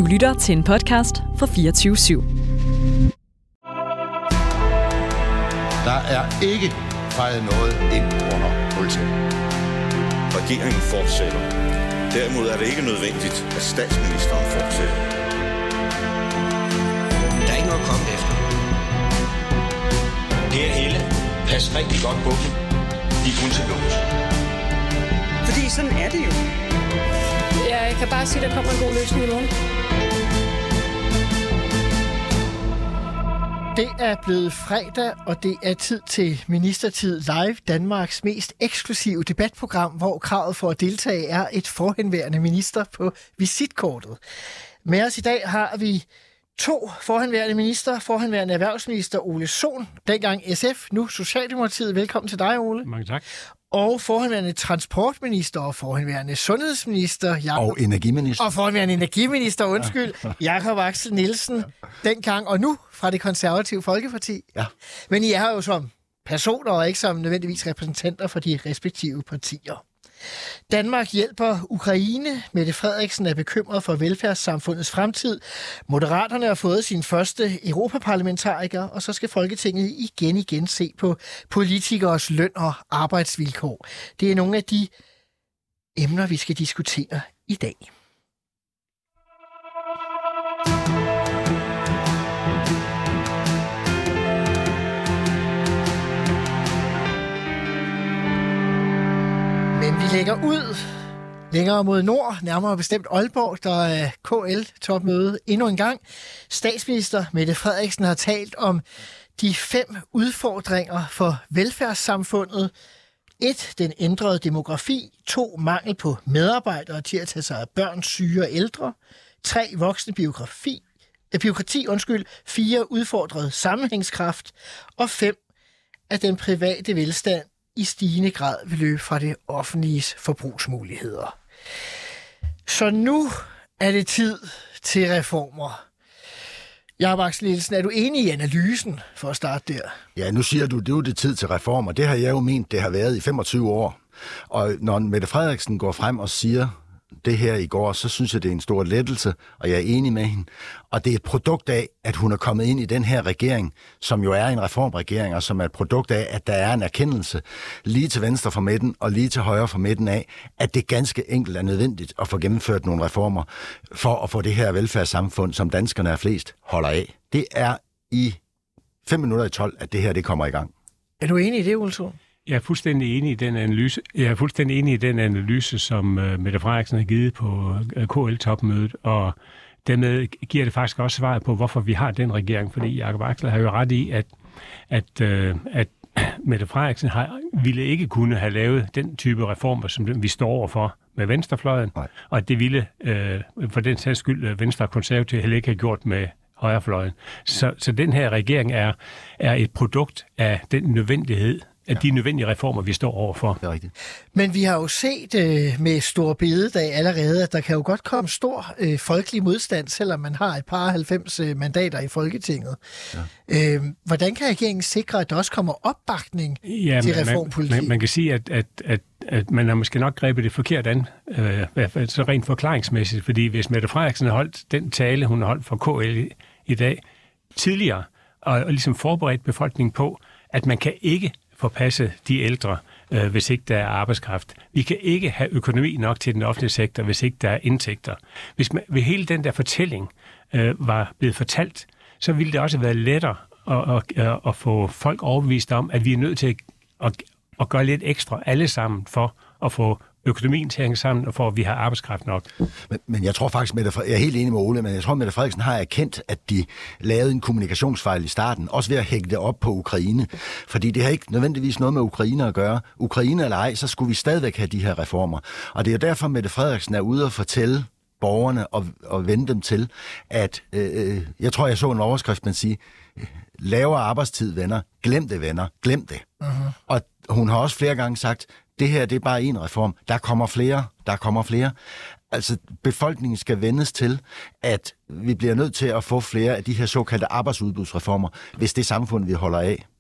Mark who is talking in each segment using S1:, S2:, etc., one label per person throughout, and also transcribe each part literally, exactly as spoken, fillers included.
S1: lytter til en podcast fra fireogtyve syv.
S2: Der er ikke fejret noget ind under politiet.
S3: Regeringen fortsætter. Derimod er det ikke nødvendigt, at statsministeren fortsætter.
S4: Der er ikke noget at komme efter. Per Helle, pas rigtig godt på dem. De er kun til lås.
S5: Fordi sådan er det jo.
S6: Ja, jeg kan bare sige, at der kommer en god løsning i morgen.
S7: Det er blevet fredag, og det er tid til Ministertid Live, Danmarks mest eksklusive debatprogram, hvor kravet for at deltage er et forhenværende minister på visitkortet. Med os i dag har vi to forhenværende minister, forhenværende erhvervsminister Ole Sohn, dengang S F, nu Socialdemokratiet. Velkommen til dig, Ole.
S8: Mange tak.
S7: Og forhenværende transportminister og forhenværende sundhedsminister Jacob,
S2: Og energiminister.
S7: Og forhenværende energiminister, undskyld, Jakob Axel Nielsen, dengang og nu fra Det Konservative Folkeparti.
S2: Ja.
S7: Men I er her jo som personer og ikke som nødvendigvis repræsentanter for de respektive partier. Danmark hjælper Ukraine. Mette Frederiksen er bekymret for velfærdssamfundets fremtid. Moderaterne har fået sin første europaparlamentariker, og så skal Folketinget igen igen se på politikers løn og arbejdsvilkår. Det er nogle af de emner, vi skal diskutere i dag. Men vi lægger ud længere mod nord, nærmere bestemt Aalborg, der er K L-topmøde endnu en gang. Statsminister Mette Frederiksen har talt om de fem udfordringer for velfærdssamfundet. et. Den ændrede demografi. to. Mangel på medarbejdere til at tage sig af børn, syge og ældre. tre. Voksende biografi. Biokrati, undskyld. fire. Udfordret sammenhængskraft. Og fem. At den private velstand i stigende grad vil løbe fra det offentliges forbrugsmuligheder. Så nu er det tid til reformer. Jakob Axel Nielsen, er du enig i analysen for at starte der?
S2: Ja, nu siger du, det er jo det tid til reformer. Det har jeg jo ment, det har været i femogtyve år. Og når Mette Frederiksen går frem og siger det her i går, så synes jeg, det er en stor lettelse, og jeg er enig med hende. Og det er et produkt af, at hun er kommet ind i den her regering, som jo er en reformregering, og som er et produkt af, at der er en erkendelse lige til venstre for midten og lige til højre for midten af, at det ganske enkelt er nødvendigt at få gennemført nogle reformer for at få det her velfærdssamfund, som danskerne er flest, holder af. Det er i fem minutter i tolv, at det her det kommer i gang.
S7: Er du enig i det, Ole Sohn?
S8: Jeg er fuldstændig enig i den analyse. Jeg er fuldstændig enig i den analyse, som uh, Mette Frederiksen har givet på uh, K L-topmødet, og dermed giver det faktisk også svaret på, hvorfor vi har den regering, fordi Jakob Axel har jo ret i, at, at, uh, at Mette Frederiksen har, ville ikke kunne have lavet den type reformer, som vi står overfor med venstrefløjen, Nej. og at det ville uh, for den sags skyld Venstre og Konservative heller ikke have gjort med højrefløjen. Så, så den her regering er, er et produkt af den nødvendighed, af de nødvendige reformer, vi står overfor.
S2: Det er rigtigt.
S7: Men vi har jo set øh, med Store Bededag allerede, at der kan jo godt komme stor øh, folkelig modstand, selvom man har et par halvfems øh, mandater i Folketinget. Ja. Øh, hvordan kan regeringen sikre, at der også kommer opbakning ja, til reformpolitik?
S8: Man, man, man kan sige, at, at, at, at man har måske nok grebet det forkert an, øh, så rent forklaringsmæssigt, fordi hvis Mette Frederiksen har holdt den tale, hun har holdt for K L i, i dag, tidligere, og, og ligesom forberedt befolkningen på, at man kan ikke forpasse de ældre, øh, hvis ikke der er arbejdskraft. Vi kan ikke have økonomi nok til den offentlige sektor, hvis ikke der er indtægter. Hvis, man, hvis hele den der fortælling øh, var blevet fortalt, så ville det også have været lettere at, at, at få folk overbevist om, at vi er nødt til at, at, at gøre lidt ekstra alle sammen for at få økonomien til at hænge sammen, og for at vi har arbejdskraft nok.
S2: Men, men jeg tror faktisk, Mette, jeg er helt enig med Ole, men jeg tror, Mette Frederiksen har erkendt, at de lavede en kommunikationsfejl i starten, også ved at hægge det op på Ukraine. Fordi det har ikke nødvendigvis noget med Ukraine at gøre. Ukraine eller ej, så skulle vi stadigvæk have de her reformer. Og det er derfor, Mette Frederiksen er ude og fortælle borgerne og, og vende dem til, at øh, jeg tror, jeg så en overskrift, man siger, lavere arbejdstid, venner. Glem det, venner. Glem det. Uh-huh. Og hun har også flere gange sagt, det her, det er bare en reform. Der kommer flere, der kommer flere. Altså, befolkningen skal vendes til, at vi bliver nødt til at få flere af de her såkaldte arbejdsudbudsreformer, hvis det samfund, vi holder af.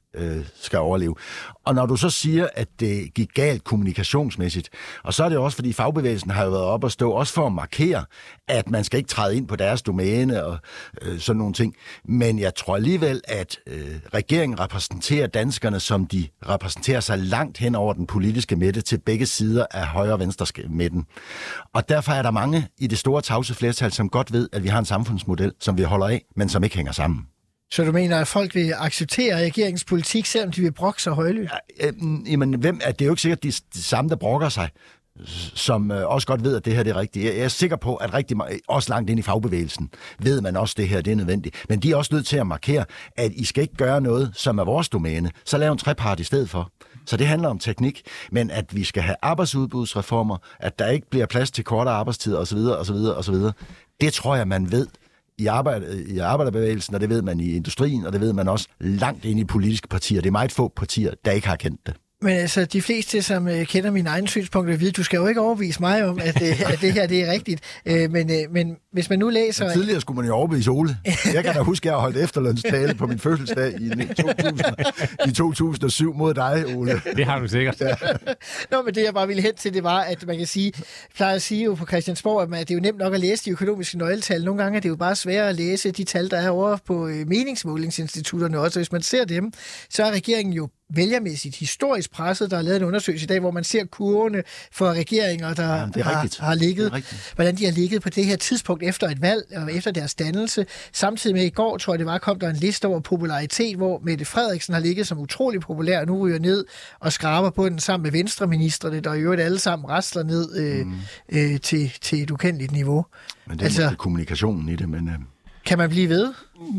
S2: øh, skal overleve. Og når du så siger, at det gik galt kommunikationsmæssigt, og så er det også, fordi fagbevægelsen har jo været op og stå, også for at markere, at man skal ikke træde ind på deres domæne og øh, sådan nogle ting. Men jeg tror alligevel, at øh, regeringen repræsenterer danskerne, som de repræsenterer sig langt hen over den politiske midte til begge sider af højre og venstre midten. Og derfor er der mange i det store tavse flertal, som godt ved, at vi har en samfundsmodel, som vi holder af, men som ikke hænger sammen.
S7: Så du mener, at folk vil acceptere regeringens politik, selvom de vil brokke sig højlydt?
S2: Ja, øh, jamen, hvem er det er jo ikke sikkert, de, de samme, der brokker sig, som øh, også godt ved, at det her det er rigtigt. Jeg er sikker på, at rigtig også langt ind i fagbevægelsen ved man også, at det her det er nødvendigt. Men de er også nødt til at markere, at I skal ikke gøre noget, som er vores domæne. Så lav en trepart i stedet for. Så det handler om teknik, men at vi skal have arbejdsudbudsreformer, at der ikke bliver plads til kortere arbejdstid osv. osv. osv. Det tror jeg, man ved i, arbejde, i arbejderbevægelsen, og det ved man i industrien, og det ved man også langt ind i politiske partier. Det er meget få partier, der ikke har kendt det.
S7: Men altså, de fleste, som uh, kender mine egne synspunkter, ved, du skal jo ikke overbevise mig om, at, uh, at det her det er rigtigt. Uh, men, uh, men hvis man nu læser...
S2: Ja, tidligere skulle man jo overbevise Ole. Jeg kan da huske, at jeg har holdt efterlønstale på min fødselsdag i, to tusind, i to tusind og syv mod dig, Ole.
S8: Det har du sikkert. Ja.
S7: Nå, men det jeg bare ville hen til, det var, at man kan sige, plejer at sige jo på Christiansborg, at det er jo nemt nok at læse de økonomiske nøgletal. Nogle gange er det jo bare svært at læse de tal, der er over på uh, meningsmålingsinstitutterne også. Hvis man ser dem, så er regeringen jo vælgermæssigt historisk presset. Der er lavet en undersøgelse i dag, hvor man ser kurvene for regeringer, der ja, har, har ligget, hvordan de har ligget på det her tidspunkt efter et valg og efter deres dannelse. Samtidig med i går, tror jeg det var, kom der en liste over popularitet, hvor Mette Frederiksen har ligget som utrolig populær, og nu ryger ned og skraber på den sammen med venstreministerne, der i øvrigt alle sammen rasler ned øh, mm. øh, til, til et ukendeligt niveau.
S2: Men det er altså kommunikationen i det, men... Øh...
S7: Kan man blive ved?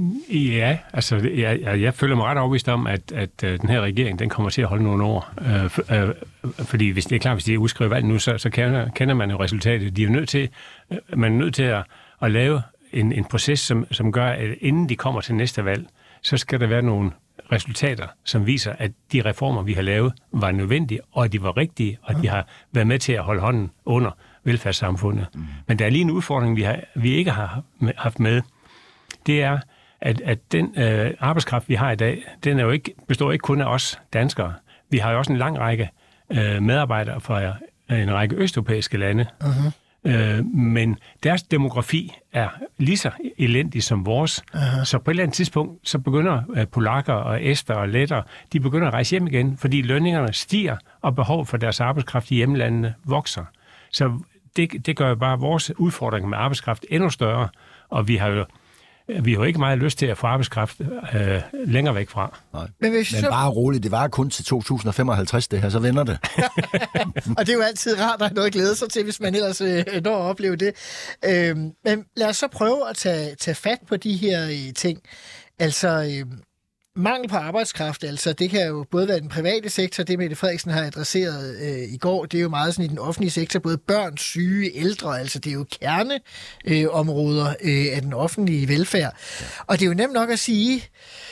S8: Ja, altså jeg, jeg, jeg føler mig ret overbevist om, at, at, at den her regering, den kommer til at holde nogle år. Øh, for, øh, fordi hvis det er klart, hvis de udskriver valg nu, så, så kender, kender man jo resultatet. De er nødt til, man er nødt til at, at lave en, en proces, som, som gør, at inden de kommer til næste valg, så skal der være nogle resultater, som viser, at de reformer, vi har lavet, var nødvendige, og at de var rigtige, og at de har været med til at holde hånden under velfærdssamfundet. Mm. Men der er lige en udfordring, vi, har, vi ikke har haft med. Det er, at, at den øh, arbejdskraft, vi har i dag, den er jo ikke, består ikke kun af os danskere. Vi har jo også en lang række øh, medarbejdere fra øh, en række østeuropæiske lande. Uh-huh. Øh, men deres demografi er lige så elendig som vores. Uh-huh. Så på et eller andet tidspunkt, så begynder øh, polakker og ester og letter, de begynder at rejse hjem igen, fordi lønningerne stiger, og behov for deres arbejdskraft i hjemlandene vokser. Så det, det gør jo bare vores udfordring med arbejdskraft endnu større, og vi har jo Vi har jo ikke meget lyst til at få arbejdskraft øh, længere væk fra.
S2: Nej. Men, Men så... bare roligt, det var kun til to tusind og femoghalvtreds det her, så vender det.
S7: Og det er jo altid rart, der er noget at glæde sig til, hvis man ellers øh, når at opleve det. Øh, men lad os så prøve at tage, tage fat på de her øh, ting. Altså... Øh, Mangel på arbejdskraft, altså det kan jo både være den private sektor, det Mette Frederiksen har adresseret øh, i går, det er jo meget sådan i den offentlige sektor, både børn, syge, ældre, altså det er jo kerneområder øh, af den offentlige velfærd. Ja. Og det er jo nemt nok at sige,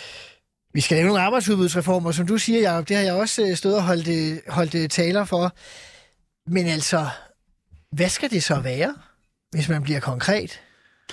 S7: vi skal lave nogle arbejdsudbudsreformer, som du siger, Jacob, det har jeg også stået og holdt, holdt taler for. Men altså, hvad skal det så være, hvis man bliver konkret?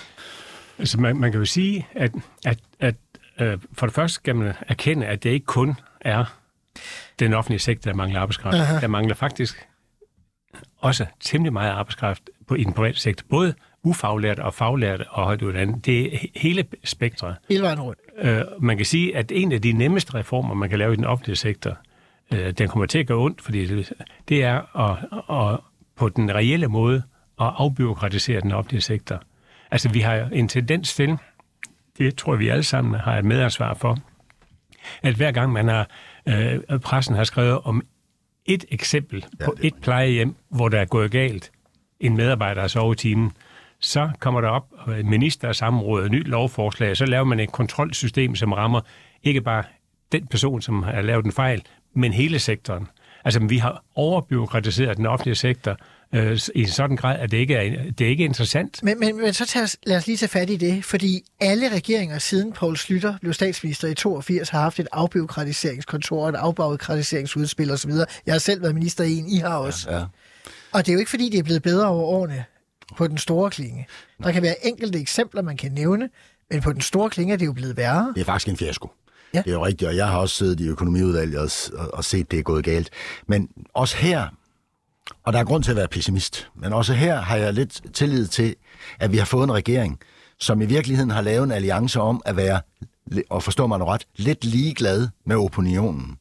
S8: Altså man, man kan jo sige, at, at, at for det første skal man erkende, at det ikke kun er den offentlige sektor, der mangler arbejdskraft. Aha. Der mangler faktisk også temmelig meget arbejdskraft på, i den private sektor. Både ufaglært og faglært og højtuddannet. Det er hele spektret.
S7: Hele vejen rundt.
S8: Øh, man kan sige, at en af de nemmeste reformer, man kan lave i den offentlige sektor, øh, den kommer til at gøre ondt, fordi det, det er at, at på den reelle måde at afbureaukratisere den offentlige sektor. Altså, vi har en tendens til, det tror jeg, vi alle sammen har et medansvar for, at hver gang man har, øh, pressen har skrevet om et eksempel ja, på et plejehjem, hvor der er gået galt, en medarbejder har sovet i timen, så kommer der op minister sammenråd og nyt lovforslag, så laver man et kontrolsystem, som rammer ikke bare den person, som har lavet en fejl, men hele sektoren. Altså, vi har overbureaukratiseret den offentlige sektor øh, i en sådan grad, at det ikke er, det er ikke interessant.
S7: Men, men, men så tager os, lad os lige tage fat i det, fordi alle regeringer siden Poul Schlüter blev statsminister i toogfirs har haft et afbureaukratiseringskontor, et afbureaukratiseringsudspil osv. Jeg har selv været minister i en, I har også. Ja, ja. Og det er jo ikke, fordi det er blevet bedre over årene på den store klinge. Der kan være enkelte eksempler, man kan nævne, men på den store klinge er det jo blevet værre.
S2: Det er faktisk en fiasko. Ja. Det er jo rigtigt, og jeg har også siddet i økonomiudvalget og, og, og set, det er gået galt. Men også her, og der er grund til at være pessimist, men også her har jeg lidt tillid til, at vi har fået en regering, som i virkeligheden har lavet en alliance om at være, og forstår man ret, lidt ligeglad med opinionen.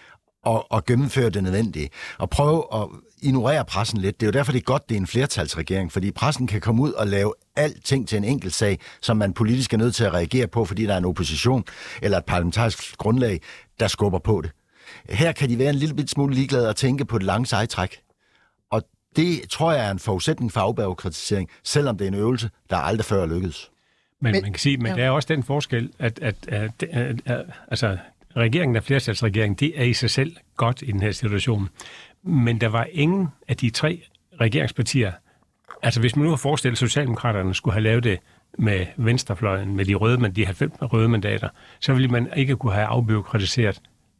S2: Og, og gennemføre det nødvendige. Og prøve at ignorere pressen lidt. Det er jo derfor, det er godt, det er en flertalsregering, fordi pressen kan komme ud og lave alting til en enkelt sag, som man politisk er nødt til at reagere på, fordi der er en opposition eller et parlamentarisk grundlag, der skubber på det. Her kan de være en lille bit smule ligeglade og tænke på det lange sejtræk. Og det tror jeg er en forudsætning for afbureaukratisering, selvom det er en øvelse, der aldrig før er lykkedes.
S8: Men, men man kan sige, men ja. Der er også den forskel, at, at, at, at, at altså regeringen af flertalsregeringen, det er i sig selv godt i den her situation. Men der var ingen af de tre regeringspartier, altså hvis man nu har forestillet, at Socialdemokraterne skulle have lavet det med venstrefløjen, med de røde, men de halvfems røde mandater, så ville man ikke kunne have afbureaukratiseret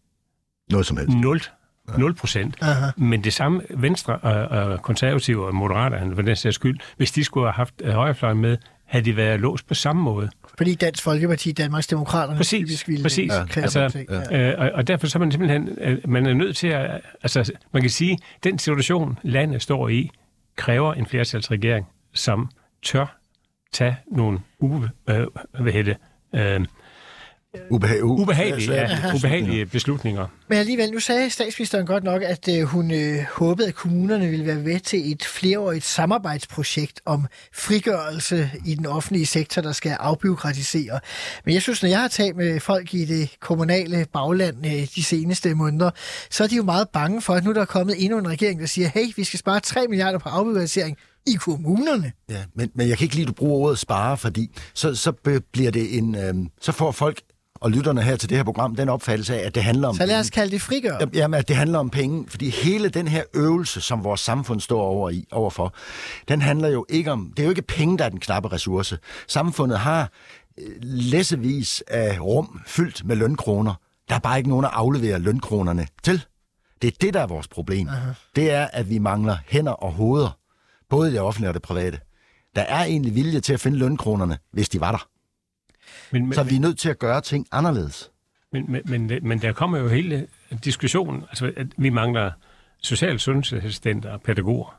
S2: noget som helst.
S8: nul procent. Men det samme Venstre og, og konservative og Moderaterne, for den sags skyld, hvis de skulle have haft højrefløjen med, havde de været låst på samme måde.
S7: Fordi Dansk Folkeparti, Danmarks Demokraterne,
S8: præcis,
S7: typisk ville
S8: præcis. Ja. Altså, ja. øh, og, og derfor så er man simpelthen, øh, man er nødt til at, altså man kan sige, den situation, landet står i, kræver en flertalsregering, som tør tage nogle ube, øh, hvad hedder det, øh,
S2: Ubehag, u-
S8: ubehagelige, ja, ubehagelige beslutninger.
S7: Men alligevel, nu sagde statsministeren godt nok, at øh, hun øh, håbede, at kommunerne ville være med til et flereårigt samarbejdsprojekt om frigørelse i den offentlige sektor, der skal afbureaukratisere. Men jeg synes, når jeg har talt med folk i det kommunale bagland øh, de seneste måneder, så er de jo meget bange for, at nu der er kommet endnu en regering, der siger, hey, vi skal spare tre milliarder på afbureaukratisering i kommunerne.
S2: Ja, men, men jeg kan ikke lide, at du bruger ordet spare, fordi så, så bliver det en... Øh, så får folk og lytterne her til det her program den opfattelse af, at det handler om...
S7: Så lad os kalde det frigør.
S2: Jamen, at det handler om penge, fordi hele den her øvelse, som vores samfund står over i, overfor, den handler jo ikke om... Det er jo ikke penge, der er den knappe ressource. Samfundet har læssevis af rum fyldt med lønkroner. Der er bare ikke nogen at aflevere lønkronerne til. Det er det, der er vores problem. Aha. Det er, at vi mangler hænder og hoveder, både i det offentlige og det private. Der er egentlig vilje til at finde lønkronerne, hvis de var der. Men, men, så er vi nødt til at gøre ting anderledes.
S8: Men, men, men, men der kommer jo hele diskussionen. Altså, at vi mangler social sundhedsassistenter og pædagoger.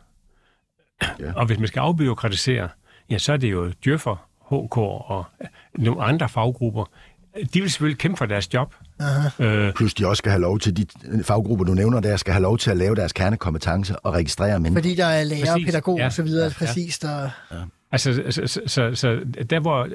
S8: Ja. Og hvis man skal afbureaukratisere, ja, så er det jo djøffer, H K og nogle andre faggrupper. De vil selvfølgelig kæmpe for deres job.
S2: Øh, Plus de også skal have lov til, de faggrupper, du nævner der, skal have lov til at lave deres kernekompetencer og registrere mennesker.
S7: Fordi der er lærer, præcis, pædagog ja, og så videre, ja, præcis. Der...
S8: Ja. Altså, så, så, så, så der hvor...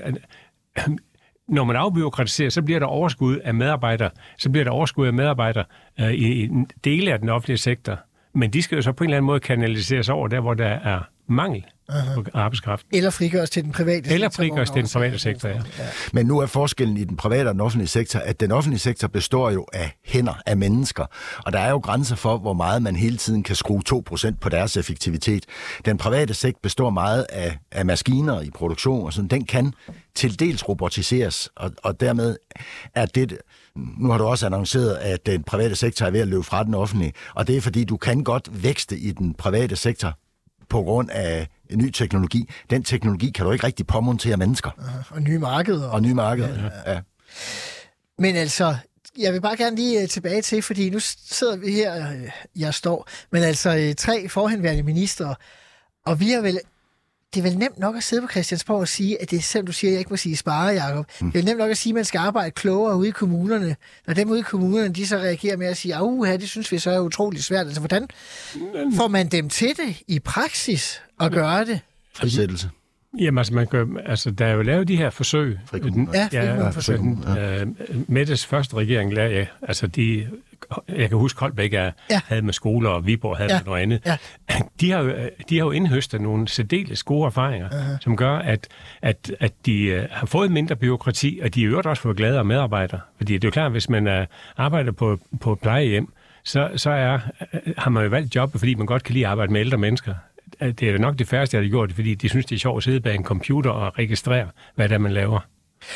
S8: Når man afbureaukratiserer, så bliver der overskud af medarbejdere, så bliver der overskud af medarbejdere øh, i, i dele af den offentlige sektor. Men de skal jo så på en eller anden måde kanaliseres over der, hvor der er mangel på arbejdskraft.
S7: Eller frigøres til den private
S8: Eller
S7: sektor.
S8: Eller frigøres til den private sektor, ja. ja.
S2: Men nu er forskellen i den private og den offentlige sektor, at den offentlige sektor består jo af hænder, af mennesker. Og der er jo grænser for, hvor meget man hele tiden kan skrue to procent på deres effektivitet. Den private sektor består meget af, af maskiner i produktion, og sådan. Den kan til dels robotiseres, og, og dermed er det... Nu har du også annonceret, at den private sektor er ved at løbe fra den offentlige, og det er fordi, du kan godt vækste i den private sektor på grund af ny teknologi. Den teknologi kan du ikke rigtig påmontere mennesker.
S7: Aha, og nye markeder.
S2: Og nye markeder, ja. ja.
S7: Men altså, jeg vil bare gerne lige tilbage til, fordi nu sidder vi her, jeg står, men altså tre forhenværende ministre, og vi har vel... Det er vel nemt nok at sidde på Christiansborg og sige, at det er selvom du siger, at jeg ikke må sige spare, Jacob. Mm. Det er nemt nok at sige, at man skal arbejde klogere ude i kommunerne. Når dem ude i kommunerne, de så reagerer med at sige, at uh, det synes vi så er utroligt svært. Altså, hvordan får man dem til det i praksis at gøre det?
S2: Frisættelse.
S8: Jamen, altså, man gør, altså, der er jo lavet de her forsøg.
S2: Frikommuner.
S7: Ja, frikommunerforsøg.
S8: Ja, øh, Mettes første regering lavede, ja, altså de... Jeg kan huske, Holbæk ja. havde med skoler, og Viborg havde ja. med noget andet. Ja. De, har jo, de har jo indhøstet nogle særdeles gode erfaringer, uh-huh. som gør, at, at, at de uh, har fået mindre byråkrati, og de er jo også fået gladere medarbejdere. Fordi det er jo klart, hvis man uh, arbejder på, på et plejehjem, så, så er, har man jo valgt jobbet, fordi man godt kan lide at arbejde med ældre mennesker. Det er jo nok det færreste, jeg har gjort det, fordi de synes, det er sjovt at sidde bag en computer og registrere, hvad det er, man laver.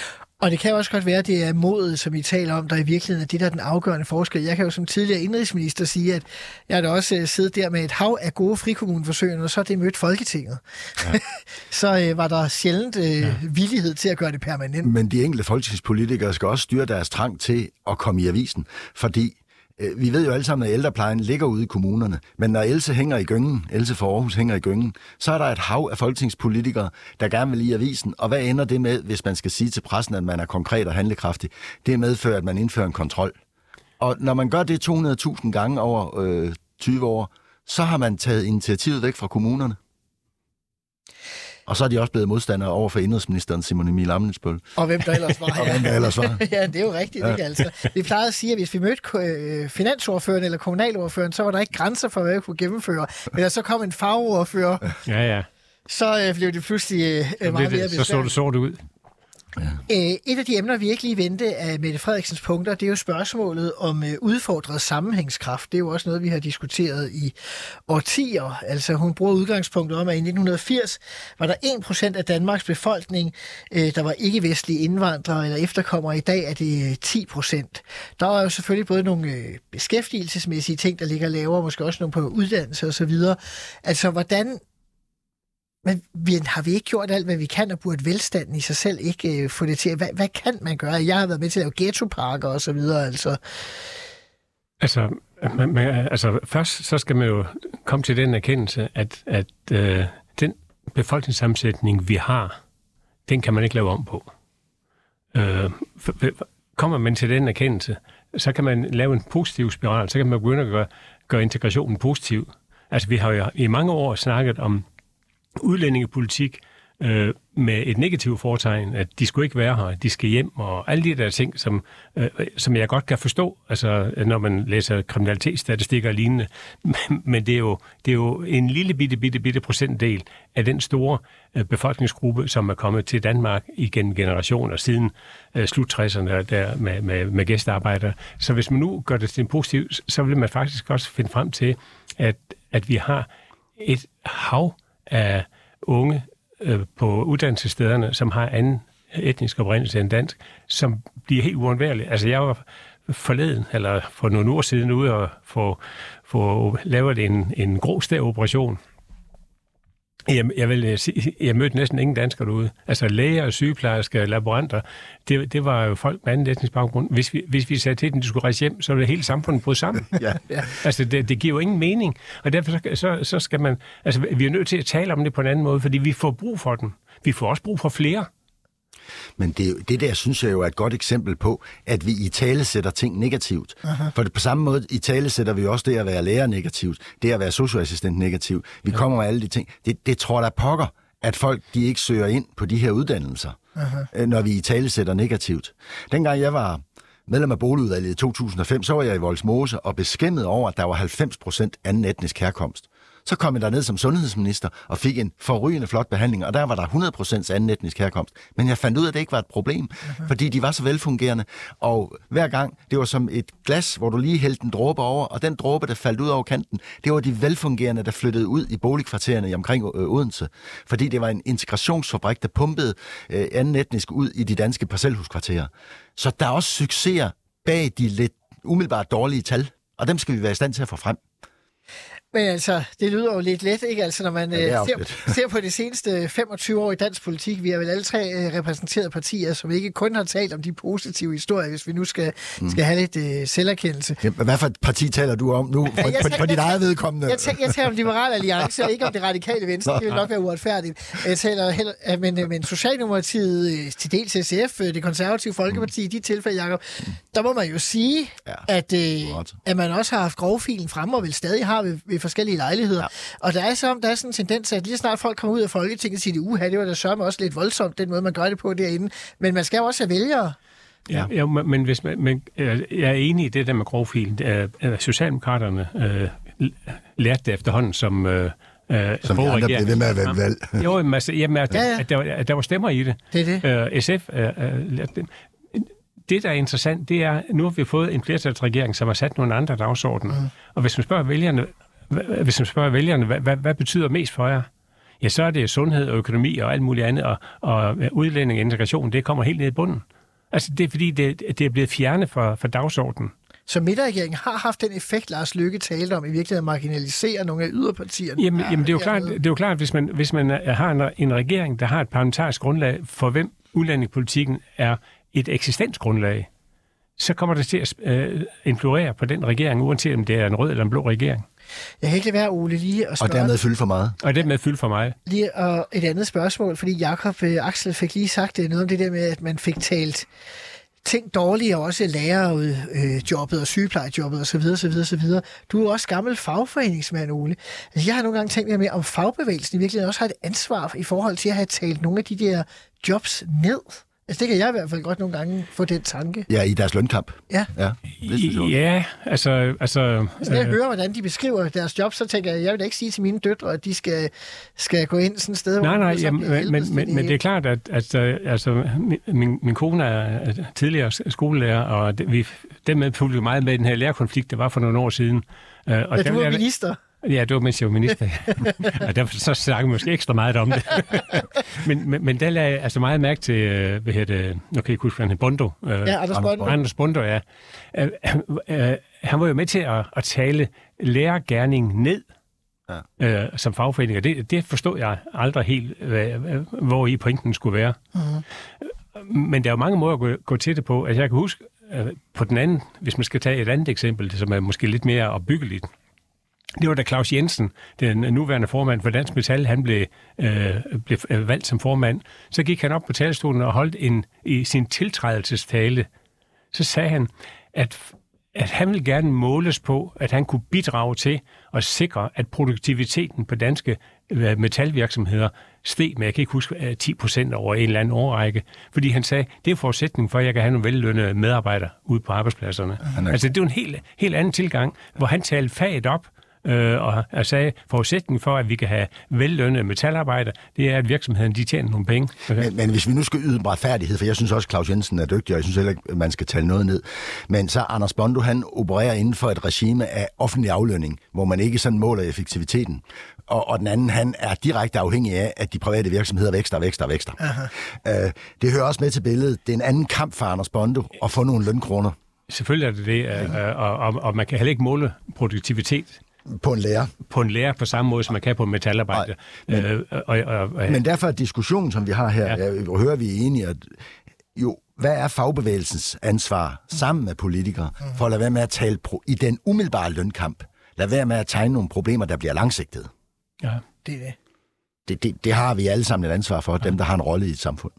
S7: Og det kan også godt være, at det er modet, som I taler om, der i virkeligheden er det, der er den afgørende forskel. Jeg kan jo som tidligere indrigsminister sige, at jeg har da også siddet der med et hav af gode frikommuneforsøgende, og så er det mødt Folketinget. Ja. så øh, var der sjældent øh, ja. villighed til at gøre det permanent.
S2: Men de enkelte folketingspolitikere skal også styre deres trang til at komme i avisen, fordi vi ved jo alle sammen, at ældreplejen ligger ude i kommunerne, men når Else hænger i gyngen, Else for Aarhus hænger i gyngen, så er der et hav af folketingspolitikere, der gerne vil i avisen. Og hvad ender det med, hvis man skal sige til pressen, at man er konkret og handlekraftig? Det medfører, at man indfører en kontrol. Og når man gør det to hundrede tusind gange over øh, tyve år, så har man taget initiativet væk fra kommunerne. Og så er de også blevet modstandere over for indrigsministeren Simon Emil Ammitzbøll.
S7: Og hvem der ellers var.
S2: og hvem der ellers var.
S7: ja, det er jo rigtigt, ja. Ikke altså. Vi plejede at sige, at hvis vi mødte finansordføreren eller kommunalordføreren, så var der ikke grænser for, hvad vi kunne gennemføre. Men da så kom en fagordfører,
S8: ja, ja.
S7: så øh, blev det pludselig øh, meget mere besværligt.
S8: Så så det sort ud.
S7: Ja. Et af de emner, vi ikke lige vendte af Mette Frederiksens punkter, det er jo spørgsmålet om udfordret sammenhængskraft. Det er jo også noget, vi har diskuteret i årtier. Altså hun bruger udgangspunktet om, at i nitten firs var der en procent af Danmarks befolkning, der var ikke-vestlige indvandrere eller efterkommere. I dag er det ti procent. Der er jo selvfølgelig både nogle beskæftigelsesmæssige ting, der ligger lavere, måske også nogle på uddannelse osv. Altså hvordan... Men vi, har vi ikke gjort alt, hvad vi kan, og burde velstanden i sig selv ikke øh, få det til? Hvad, hvad kan man gøre? Jeg har været med til at lave ghettoparker og så videre, altså.
S8: Altså, man, man, altså først så skal man jo komme til den erkendelse, at, at øh, den befolkningssammensætning, vi har, den kan man ikke lave om på. Øh, for, kommer man til den erkendelse, så kan man lave en positiv spiral, så kan man begynde at gøre, gøre integrationen positiv. Altså, vi har jo i mange år snakket om udlændingepolitik øh, med et negativt fortegn, at de skulle ikke være her, de skal hjem, og alle de der ting, som, øh, som jeg godt kan forstå, altså når man læser kriminalitetsstatistikker og lignende, men, men det, er jo, det er jo en lille bitte, bitte, bitte procentdel af den store øh, befolkningsgruppe, som er kommet til Danmark igennem generationer siden øh, slut tresserne der med, med, med gæstearbejdere. Så hvis man nu gør det til en positiv, så vil man faktisk også finde frem til, at, at vi har et hav af unge øh, på uddannelsesstederne, som har anden etnisk oprindelse end dansk, som bliver helt uundværlige. Altså jeg var forleden, eller for nogle uger siden, ude og få, få lavet en, en grå stævoperation. Jeg, jeg, vil sige, jeg mødte næsten ingen danskere derude. Altså læger, sygeplejersker, laboranter, det, det var jo folk med anden etnisk baggrund. Hvis vi, hvis vi sagde til dem, at de skulle rejse hjem, så var det hele samfundet brudt sammen. ja. Ja. Altså det, det giver jo ingen mening. Og derfor så, så, så skal man... Altså vi er nødt til at tale om det på en anden måde, fordi vi får brug for den. Vi får også brug for flere.
S2: Men det, det der, synes jeg jo er et godt eksempel på, at vi i tale sætter ting negativt. Aha. For det, på samme måde i tale sætter vi også det at være lærer negativt, det at være socioassistent negativt. Vi ja. kommer med alle de ting. Det, det tror der pokker, at folk de ikke søger ind på de her uddannelser, Aha. når vi i tale sætter negativt. Dengang jeg var medlem af boligudvalget i to tusind og fem, så var jeg i Vollsmose og beskæmmet over, at der var halvfems procent anden etnisk herkomst. Så kom jeg derned som sundhedsminister og fik en forrygende flot behandling, og der var der hundrede procent anden etnisk herkomst. Men jeg fandt ud af, at det ikke var et problem, uh-huh. fordi de var så velfungerende, og hver gang, det var som et glas, hvor du lige hældte en dråbe over, og den dråbe, der faldt ud over kanten, det var de velfungerende, der flyttede ud i boligkvartererne i omkring øh, Odense, fordi det var en integrationsfabrik, der pumpede øh, anden etnisk ud i de danske parcelhuskvarterer. Så der er også succeser bag de lidt umiddelbart dårlige tal, og dem skal vi være i stand til at få frem.
S7: Men altså, det lyder jo lidt let, ikke? Altså, når man ja, øh, ser, ser på de seneste femogtyve år i dansk politik, vi har vel alle tre øh, repræsenteret partier, som ikke kun har talt om de positive historier, hvis vi nu skal, mm. skal have lidt øh, selverkendelse.
S2: Ja, hvad for et parti taler du om nu, på, på, på dit eget vedkommende?
S7: Jeg, jeg, jeg taler om Liberal Alliance, og ikke om det radikale venstre. Det vil nok være uretfærdigt. Jeg taler heller, men, men Socialdemokratiet, til dels S F, det konservative Folkeparti, mm. i de tilfælde, Jacob, mm. der må man jo sige, ja, at, øh, at man også har haft grovfilen fremme, og vel stadig har ved, ved forskellige lejligheder. Ja. Og der er, så, der er sådan en tendens, at lige snart folk kommer ud af Folketinget, siger de, uha, det var da sørme også lidt voldsomt, den måde, man gør det på derinde. Men man skal jo også have vælgere.
S8: Ja, ja, men hvis man, men jeg er enig i det der med grovfilen. Socialdemokraterne øh, lærte det efterhånden som øh,
S2: som de andre blev ved med at vælge valg.
S8: Jo, men altså, jamen, at, ja, ja. At, der, at der var stemmer i det.
S7: Det er det.
S8: Øh, S F øh, lærte det. Det, der er interessant, det er, nu har vi fået en flertalsregering, som har sat nogle andre dagsordner. Mm. Og hvis man spørger vælgerne, hvis man spørger vælgerne, hvad, hvad, hvad betyder mest for jer? Ja, så er det sundhed og økonomi og alt muligt andet, og, og udlænding og integration, det kommer helt ned i bunden. Altså, det er fordi, det, det er blevet fjernet fra, fra dagsordenen.
S7: Så midterregeringen har haft den effekt, Lars Løkke talte om, i virkeligheden at marginalisere nogle af yderpartierne.
S8: Jamen, jamen det, er jo klart, det er jo klart, hvis man, hvis man har en, en regering, der har et parlamentarisk grundlag, for hvem udlændingepolitikken er et eksistensgrundlag, så kommer det til at øh, influere på den regering, uanset om det er en rød eller en blå regering.
S7: Jeg kan ikke lade være, Ole, lige at spørge...
S2: Og dermed fylde for meget.
S8: Og dermed fylde for meget.
S7: Lige og et andet spørgsmål, fordi Jakob øh, Axel fik lige sagt det, noget om det der med, at man fik talt ting dårlige, og også lærerjobbet og sygeplejejobbet osv. osv., osv. Du er også gammel fagforeningsmand, Ole. Altså, jeg har nogle gange tænkt mere med, om fagbevægelsen i virkeligheden også har et ansvar i forhold til at have talt nogle af de der jobs ned. Altså, det kan jeg i hvert fald godt nogle gange få den tanke.
S2: Ja, i deres lønkamp.
S7: Ja.
S2: Ja,
S8: ja altså... altså
S7: Hvis jeg øh... hører, hvordan de beskriver deres job, så tænker jeg, jeg vil da ikke sige til mine døtre, at de skal, skal gå ind sådan et sted,
S8: nej,
S7: hvor
S8: nej,
S7: de
S8: jamen, men, men, men, men det er klart, at, at altså, min, min kone er tidligere skolelærer, og det, vi dermed fulgte meget med den her lærerkonflikt, der var for nogle år siden.
S7: Og ja, du var minister?
S8: Ja, det var, mens jeg var minister. Og derfor så snakker vi måske ekstra meget om det. men, men, men der lagde jeg altså meget mærke til, hvad hedder det, nu kan jeg ikke huske, hvad han hedder, Bondo.
S7: Ja, Anders Bondo.
S8: Anders Bondo, ja. Han var jo med til at, at tale lærergerning ned ja. øh, som fagforening, og det, det forstod jeg aldrig helt, hvor i pointen skulle være. Mm-hmm. Men der er jo mange måder at gå, gå til det på. Altså, jeg kan huske, på den anden, hvis man skal tage et andet eksempel, som er måske lidt mere opbyggeligt, det var da Claus Jensen, den nuværende formand for Dansk Metal, han blev, øh, blev valgt som formand. Så gik han op på talerstolen og holdt en, i sin tiltrædelsestale. Så sagde han, at, at han ville gerne måles på, at han kunne bidrage til at sikre, at produktiviteten på danske øh, metalvirksomheder steg med, jeg kan ikke huske, ti procent over en eller anden årrække. Fordi han sagde, det er forudsætning for, at jeg kan have nogle vellønnede medarbejdere ude på arbejdspladserne. Ja, altså det er en helt, helt anden tilgang, hvor han talte faget op, Øh, og jeg sagde, forudsætningen for, at vi kan have vellønnede metalarbejder, det er, at virksomheden de tjener nogle penge. Okay.
S2: Men, men hvis vi nu skal yde retfærdighed, for jeg synes også, at Claus Jensen er dygtig, og jeg synes heller ikke, at man skal tale noget ned. Men så Anders Bondo, han opererer inden for et regime af offentlig aflønning, hvor man ikke sådan måler effektiviteten. Og, og den anden, han er direkte afhængig af, at de private virksomheder vækster og vækster og vækster. Øh, det hører også med til billedet. Det er en anden kamp for Anders Bondo at få nogle lønkroner. Selvfølgelig er det det, øh, og, og, og man kan heller ikke måle produktivitet på en lærer. På en lærer på samme måde, som man kan på en metalarbejder. Men, øh, og, og, og, men derfor er diskussionen, som vi har her, ja. Jeg hører vi er enige, at jo, hvad er fagbevægelsens ansvar sammen med politikere, for at lade være med at tale pro- i den umiddelbare lønkamp? Lad være med at tegne nogle problemer, der bliver langsigtede. Ja, det er det. Det, det, det har vi alle sammen et ansvar for, ja. Dem, der har en rolle i et samfund.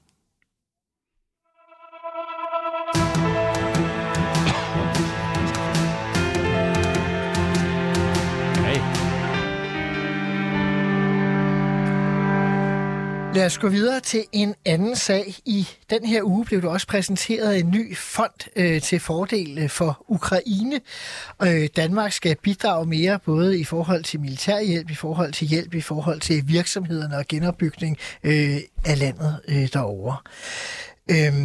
S7: Lad os gå videre til en anden sag. I den her uge blev der også præsenteret en ny fond øh, til fordel for Ukraine. Øh, Danmark skal bidrage mere, både i forhold til militærhjælp, i forhold til hjælp, i forhold til virksomhederne og genopbygning øh, af landet øh, derovre. Øh,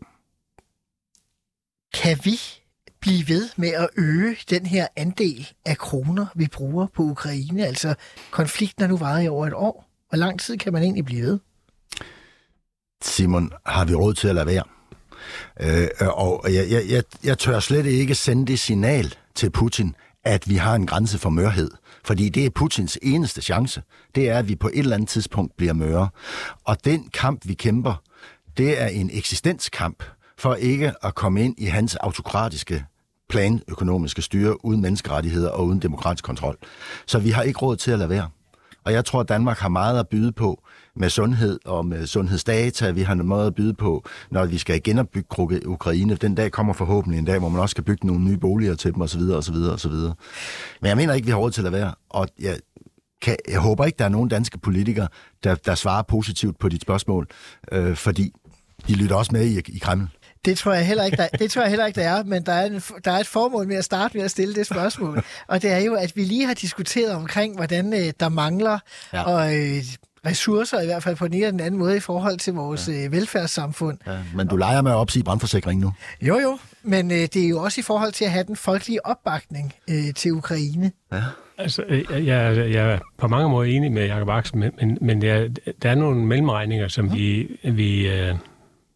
S7: kan vi blive ved med at øge den her andel af kroner, vi bruger på Ukraine? Altså, konflikten har nu varet i over et år. Hvor lang tid kan man egentlig blive ved?
S2: Simon, har vi råd til at lade være? Øh, og jeg, jeg, jeg, jeg tør slet ikke sende det signal til Putin, at vi har en grænse for mørhed. Fordi det er Putins eneste chance. Det er, at vi på et eller andet tidspunkt bliver møre. Og den kamp, vi kæmper, det er en eksistenskamp for ikke at komme ind i hans autokratiske planøkonomiske styre uden menneskerettigheder og uden demokratisk kontrol. Så vi har ikke råd til at lade være. Og jeg tror, at Danmark har meget at byde på med sundhed og med sundhedsdata. Vi har noget at byde på, når vi skal genopbygge Ukraine. Den dag kommer forhåbentlig en dag, hvor man også skal bygge nogle nye boliger til dem osv. osv. osv. Men jeg mener ikke, vi har råd til at lade være. Og jeg, kan, jeg håber ikke, der er nogen danske politikere, der, der svarer positivt på dit spørgsmål, øh, fordi de lytter også med i, i Kreml.
S7: Det tror jeg heller ikke, der, det tror jeg heller ikke, der er, men der er, en, der er et formål med at starte med at stille det spørgsmål. Og det er jo, at vi lige har diskuteret omkring, hvordan øh, der mangler ja. og, øh, ressourcer, i hvert fald på den ene eller den anden måde, i forhold til vores ja. øh, velfærdssamfund. Ja,
S2: men du leger med at opsige brandforsikring nu.
S7: Jo, jo, men øh, det er jo også i forhold til at have den folkelige opbakning øh, til Ukraine. Ja.
S8: Altså, jeg, jeg er på mange måder enig med Jakob Axel, men, men jeg, der er nogle mellemregninger, som vi... vi øh,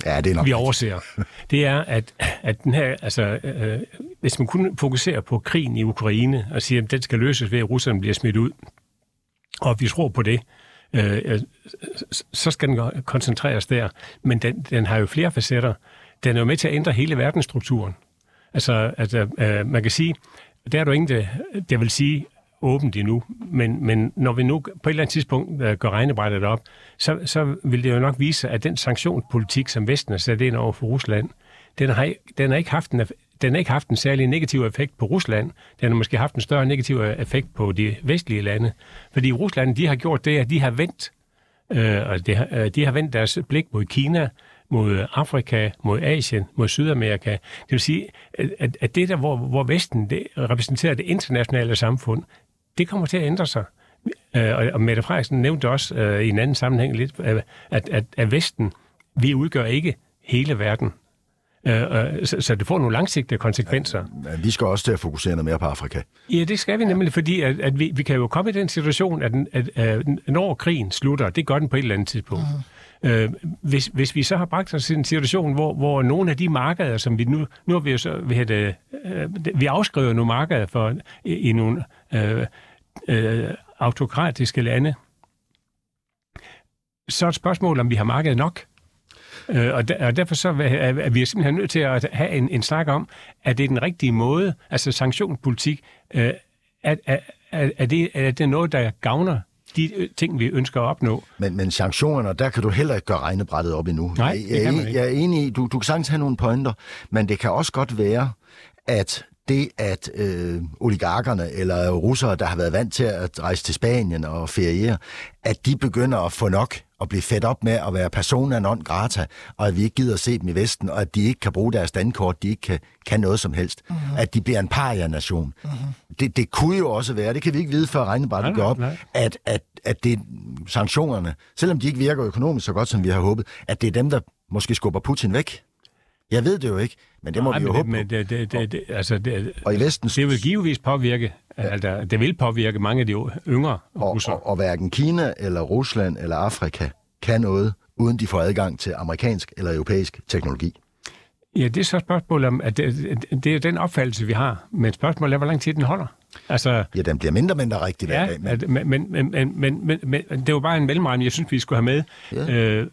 S2: ja, det er nok
S8: vi overser, det er, at, at den her, altså, øh, hvis man kun fokuserer på krigen i Ukraine og siger, at den skal løses ved, at russerne bliver smidt ud, og vi tror på det, øh, så skal den koncentreres der. Men den, den har jo flere facetter. Den er jo med til at ændre hele verdensstrukturen. Altså, altså øh, man kan sige, der er jo ingen, der, der vil sige åbent endnu, men, men når vi nu på et eller andet tidspunkt øh, går regnebrættet op, så, så vil det jo nok vise, at den sanktionspolitik, som Vesten har sat ind over for Rusland, den har, den har ikke haft en Den har ikke haft en særlig negativ effekt på Rusland. Den har måske haft en større negativ effekt på de vestlige lande. Fordi Rusland, de har gjort det, at de har vendt, øh, og de har, de har vendt deres blik mod Kina, mod Afrika, mod Asien, mod Sydamerika. Det vil sige, at, at det der, hvor, hvor Vesten det repræsenterer det internationale samfund, det kommer til at ændre sig. Øh, og Mette Frederiksen nævnte også øh, i en anden sammenhæng lidt, at, at, at Vesten, vi udgør ikke hele verden. Så, så det får nogle langsigtede konsekvenser.
S2: Ja, vi skal også til at fokusere noget mere på Afrika.
S8: Ja, det skal vi nemlig, fordi at, at vi, vi kan jo komme i den situation, at, at, at når krigen slutter, det gør den på et eller andet tidspunkt. Uh-huh. Øh, hvis, hvis vi så har bragt os i en situation, hvor, hvor nogle af de markeder, som vi nu... Nu har vi jo så... Vi, havde, øh, vi afskriver nogle markeder for, i, i nogle øh, øh, autokratiske lande. Så er et spørgsmål, om vi har markedet nok. Øh, og, der, og derfor så er vi simpelthen nødt til at have en, en snak om, at det er den rigtige måde, altså sanktionspolitik, øh, er, er, er, det, er det noget, der gavner de ting, vi ønsker at opnå?
S2: Men, men sanktionerne, der kan du heller ikke gøre regnebrættet op endnu.
S8: Nej, det kan man ikke.
S2: Jeg er enig i, du, du kan sagtens have nogle pointer, men det kan også godt være, at det, at øh, oligarkerne eller russere, der har været vant til at rejse til Spanien og feriere, at de begynder at få nok og blive fedt op med at være persona non grata, og at vi ikke gider at se dem i Vesten, og at de ikke kan bruge deres standkort, de ikke kan, kan noget som helst. Uh-huh. At de bliver en paria-nation. Uh-huh. Det, det kunne jo også være, det kan vi ikke vide, før regnebrættet går op, at, at, at det er sanktionerne, selvom de ikke virker økonomisk så godt, som vi har håbet, at det er dem, der måske skubber Putin væk. Jeg ved det jo ikke, men det må
S8: Nej,
S2: vi jo
S8: det,
S2: håbe
S8: men det, det, det, det, altså det,
S2: og i Vesten,
S8: det vil givetvis påvirke, ja. altså, det vil påvirke mange af de yngre russere.
S2: Og, og, og hverken Kina eller Rusland eller Afrika kan noget, uden de får adgang til amerikansk eller europæisk teknologi.
S8: Ja, det er så et spørgsmål om, at det, det er den opfattelse, vi har, men spørgsmålet er, hvor lang tid den holder. Altså,
S2: ja, den bliver mindre og mindre rigtig hver
S8: ja,
S2: dag.
S8: Men... Men, men, men, men, men, men, men det var bare en mellemregning, jeg synes, vi skulle have med. Ja. Øh,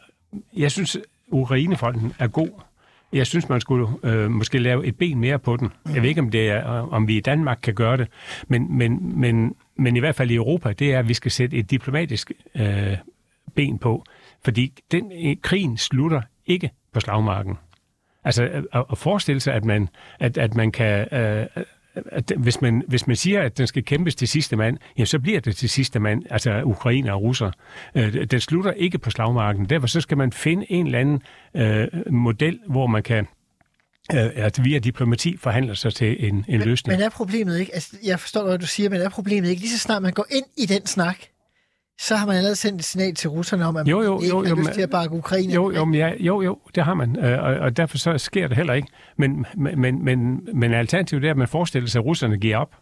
S8: jeg synes, Ukrainefonden er god. Jeg synes, man skulle øh, måske lave et ben mere på den. Jeg ved ikke, om, det er, om vi i Danmark kan gøre det, men, men, men, men i hvert fald i Europa, det er, at vi skal sætte et diplomatisk øh, ben på. Fordi den øh, krigen slutter ikke på slagmarken. Altså at, at forestille sig, at man, at, at man kan... Øh, at hvis, man, hvis man siger, at den skal kæmpes til sidste mand, jamen så bliver det til sidste mand, altså ukrainer og russer. Øh, den slutter ikke på slagmarken. Derfor så skal man finde en eller anden øh, model, hvor man kan øh, at via diplomati forhandle sig til en, en
S7: men,
S8: løsning.
S7: Men er problemet ikke, altså jeg forstår, hvad du siger, men er problemet ikke, lige så snart man går ind i den snak, så har man allerede sendt et signal til russerne om, at
S8: jo, jo,
S7: man ikke
S8: jo,
S7: har
S8: jo,
S7: lyst til at bakke Ukraine.
S8: Jo, jo, ja, jo, jo, det har man, og, og derfor så sker det heller ikke. Men, men, men, men alternativet er, at man forestiller sig, at russerne giver op.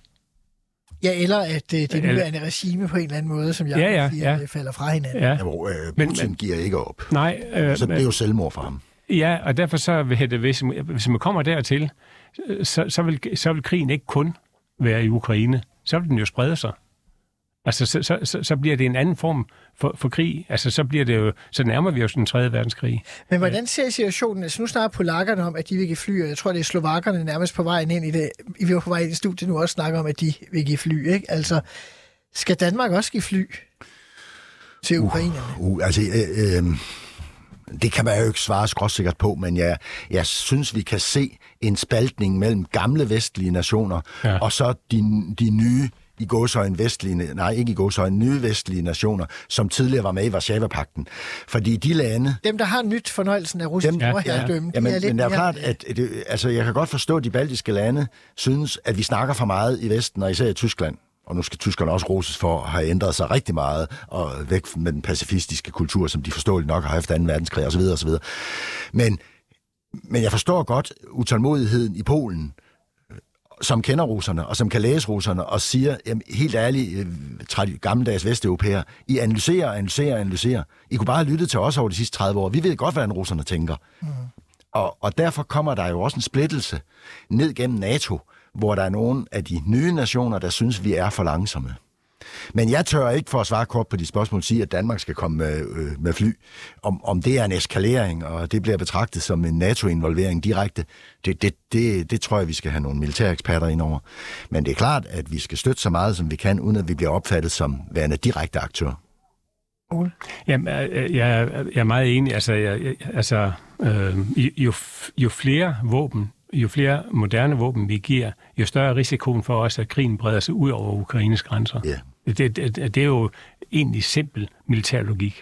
S7: Ja, eller at øh, det nuværende regime på en eller anden måde, som jeg
S8: ja, ja,
S7: siger,
S8: ja.
S7: falder fra hinanden.
S2: Ja. Jamen, øh, Putin men, giver ikke op.
S8: Nej. Øh,
S2: så det er jo selvmord for ham.
S8: Ja, og derfor så, hvis, hvis man kommer dertil, så, så, vil, så vil krigen ikke kun være i Ukraine. Så vil den jo sprede sig. Altså, så, så, så, så bliver det en anden form for, for krig. Altså, så bliver det jo, så nærmer vi os den tredje verdenskrig.
S7: Men hvordan ser situationen? Altså, nu snakker polakkerne om, at de vil give fly, og jeg tror, det er slovakkerne nærmest på vej ind i det. Vi var på vej ind i studiet nu også snakker om, at de vil give fly, ikke? Altså, skal Danmark også give fly til ukrainerne?
S2: Uh, uh, altså, øh, øh, det kan man jo ikke svare skråsikkert på, men jeg, jeg synes, vi kan se en spaltning mellem gamle vestlige nationer, ja. Og så de, de nye i gåseøjne vestlige, nej, ikke i gåseøjne, nye vestlige nationer, som tidligere var med i Warszava-pakten. Fordi de lande...
S7: Dem, der har nyt fornøjelsen af russisk overherredømme,
S2: ja, ja, men,
S7: de er lidt
S2: men det er
S7: mere...
S2: klart, at det, altså, jeg kan godt forstå, at de baltiske lande synes, at vi snakker for meget i Vesten, og især i Tyskland. Og nu skal tyskerne også roses for at have ændret sig rigtig meget, og væk med den pacifistiske kultur, som de forståeligt nok har haft anden verdenskrig osv. osv. Men, men jeg forstår godt utålmodigheden i Polen, som kender russerne, og som kan læse russerne, og siger, jamen, helt ærligt, øh, gammeldags vesteuropæer, I analyserer, analyserer, analyserer. I kunne bare have lyttet til os over de sidste tredive år. Vi ved godt, hvordan russerne tænker. Mm. Og, og derfor kommer der jo også en splittelse ned gennem NATO, hvor der er nogle af de nye nationer, der synes, vi er for langsomme. Men jeg tør ikke for at svare kort på de spørgsmål sige, at Danmark skal komme med, øh, med fly. Om, om det er en eskalering, og det bliver betragtet som en NATO-involvering direkte, det, det, det, det tror jeg, vi skal have nogle militære eksperter ind over. Men det er klart, at vi skal støtte så meget, som vi kan, uden at vi bliver opfattet som værende direkte aktør.
S8: Jamen, jeg, jeg er meget enig. Altså, jeg, altså øh, jo, jo flere våben, jo flere moderne våben vi giver, jo større er risikoen for os, at krigen breder sig ud over Ukraines grænser. Yeah. Det, det, det er jo egentlig simpel militær logik.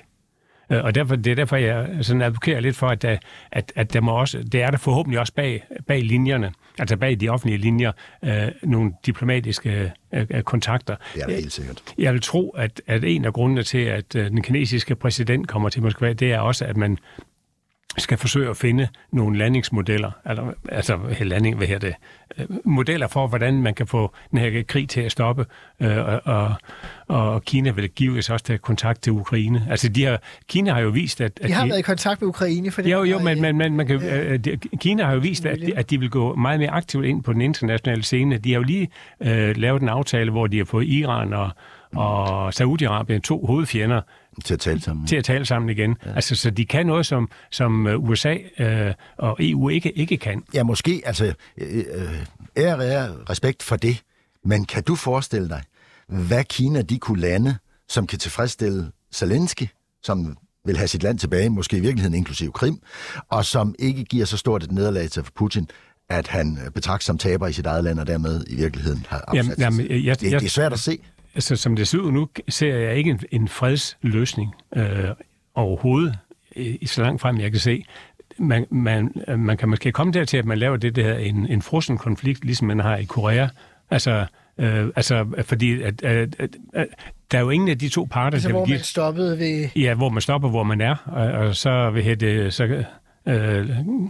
S8: Og derfor, det er derfor, jeg sådan advokerer lidt for, at, der, at, at der må også, det er der forhåbentlig også bag, bag linjerne, altså bag de offentlige linjer, øh, nogle diplomatiske øh, kontakter.
S2: Det er det helt sikkert.
S8: Jeg, jeg vil tro, at, at en af grundene til, at øh, den kinesiske præsident kommer til Moskva, det er også, at man skal forsøge at finde nogle landingsmodeller, altså, altså landing, hvad her det, modeller for, hvordan man kan få den her krig til at stoppe, øh, og, og Kina vil gives også til kontakt til Ukraine. Altså, de har, Kina har jo vist, at... at
S7: de har
S8: de,
S7: været i kontakt med Ukraine, for det
S8: jo, jo, men, men, men man kan, øh, de, Kina har jo vist, at de, at de vil gå meget mere aktivt ind på den internationale scene. De har jo lige øh, lavet en aftale, hvor de har fået Iran og, og Saudi-Arabien, to hovedfjender,
S2: til at tale sammen.
S8: Til at tale sammen igen. Ja. Altså, så de kan noget, som, som U S A øh, og E U ikke, ikke kan.
S2: Ja, måske, altså, øh, ære, ære, respekt for det, men kan du forestille dig, hvad Kina de kunne lande, som kan tilfredsstille Zelensky, som vil have sit land tilbage, måske i virkeligheden inklusive Krim, og som ikke giver så stort et nederlag til Putin, at han betragter som taber i sit eget land, og dermed i virkeligheden har afsat
S8: jamen, jamen, jeg, jeg,
S2: det, det er svært at se.
S8: Altså, som det ser ud nu, ser jeg ikke en, en fredsløsning øh, overhovedet, i så langt frem, jeg kan se. Man, man, man kan måske komme dertil, at man laver det der en, en frossen konflikt, ligesom man har i Korea. Altså, øh, altså fordi at, at, at, at, der er jo ingen af de to parter,
S7: altså,
S8: der
S7: hvor
S8: vil give...
S7: man stoppede ved...
S8: Ja, hvor man stopper, hvor man er, og, og så vil det... Så, øh,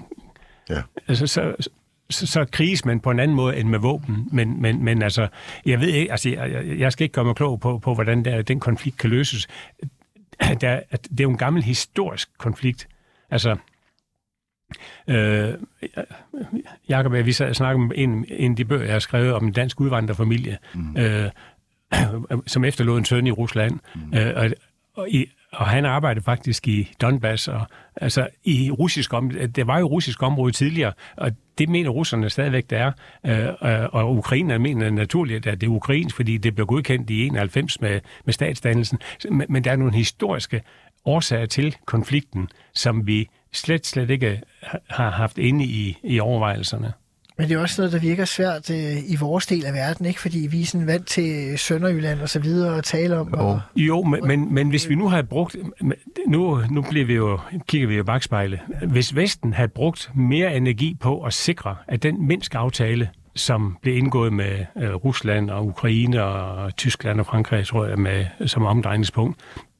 S8: ja. altså, så, Så, så kriges man på en anden måde end med våben, men, men, men altså, jeg ved ikke, altså, jeg, jeg skal ikke gøre mig klog på, på hvordan der, den konflikt kan løses. Der, det er jo en gammel historisk konflikt. Altså, øh, Jacob, vi sad og snakkede om en, en af de bøger, jeg har skrevet om en dansk udvandrerfamilie, mm. øh, som efterlod en søn i Rusland, mm. øh, og, og i Og han arbejdede faktisk i Donbass, og altså i russisk område. Det var jo russisk område tidligere, og det mener russerne stadigvæk, det er. Øh, og ukrainerne mener naturligt, at det er ukrainsk, fordi det blev godkendt i enoghalvfems med, med statsdannelsen. Men, men der er nogle historiske årsager til konflikten, som vi slet, slet ikke har haft inde i, i overvejelserne.
S7: Men det er også noget, der virker svært øh, i vores del af verden, ikke? Fordi vi er sådan vant til Sønderjylland og så videre at tale om. Og...
S8: Jo, men, men, men hvis vi nu havde brugt... Nu, nu bliver vi jo, kigger vi jo bagspejle. Hvis Vesten havde brugt mere energi på at sikre, at den Minsk-aftale, som blev indgået med øh, Rusland og Ukraine og Tyskland og Frankrig, tror jeg, med, som omdrejningspunkt,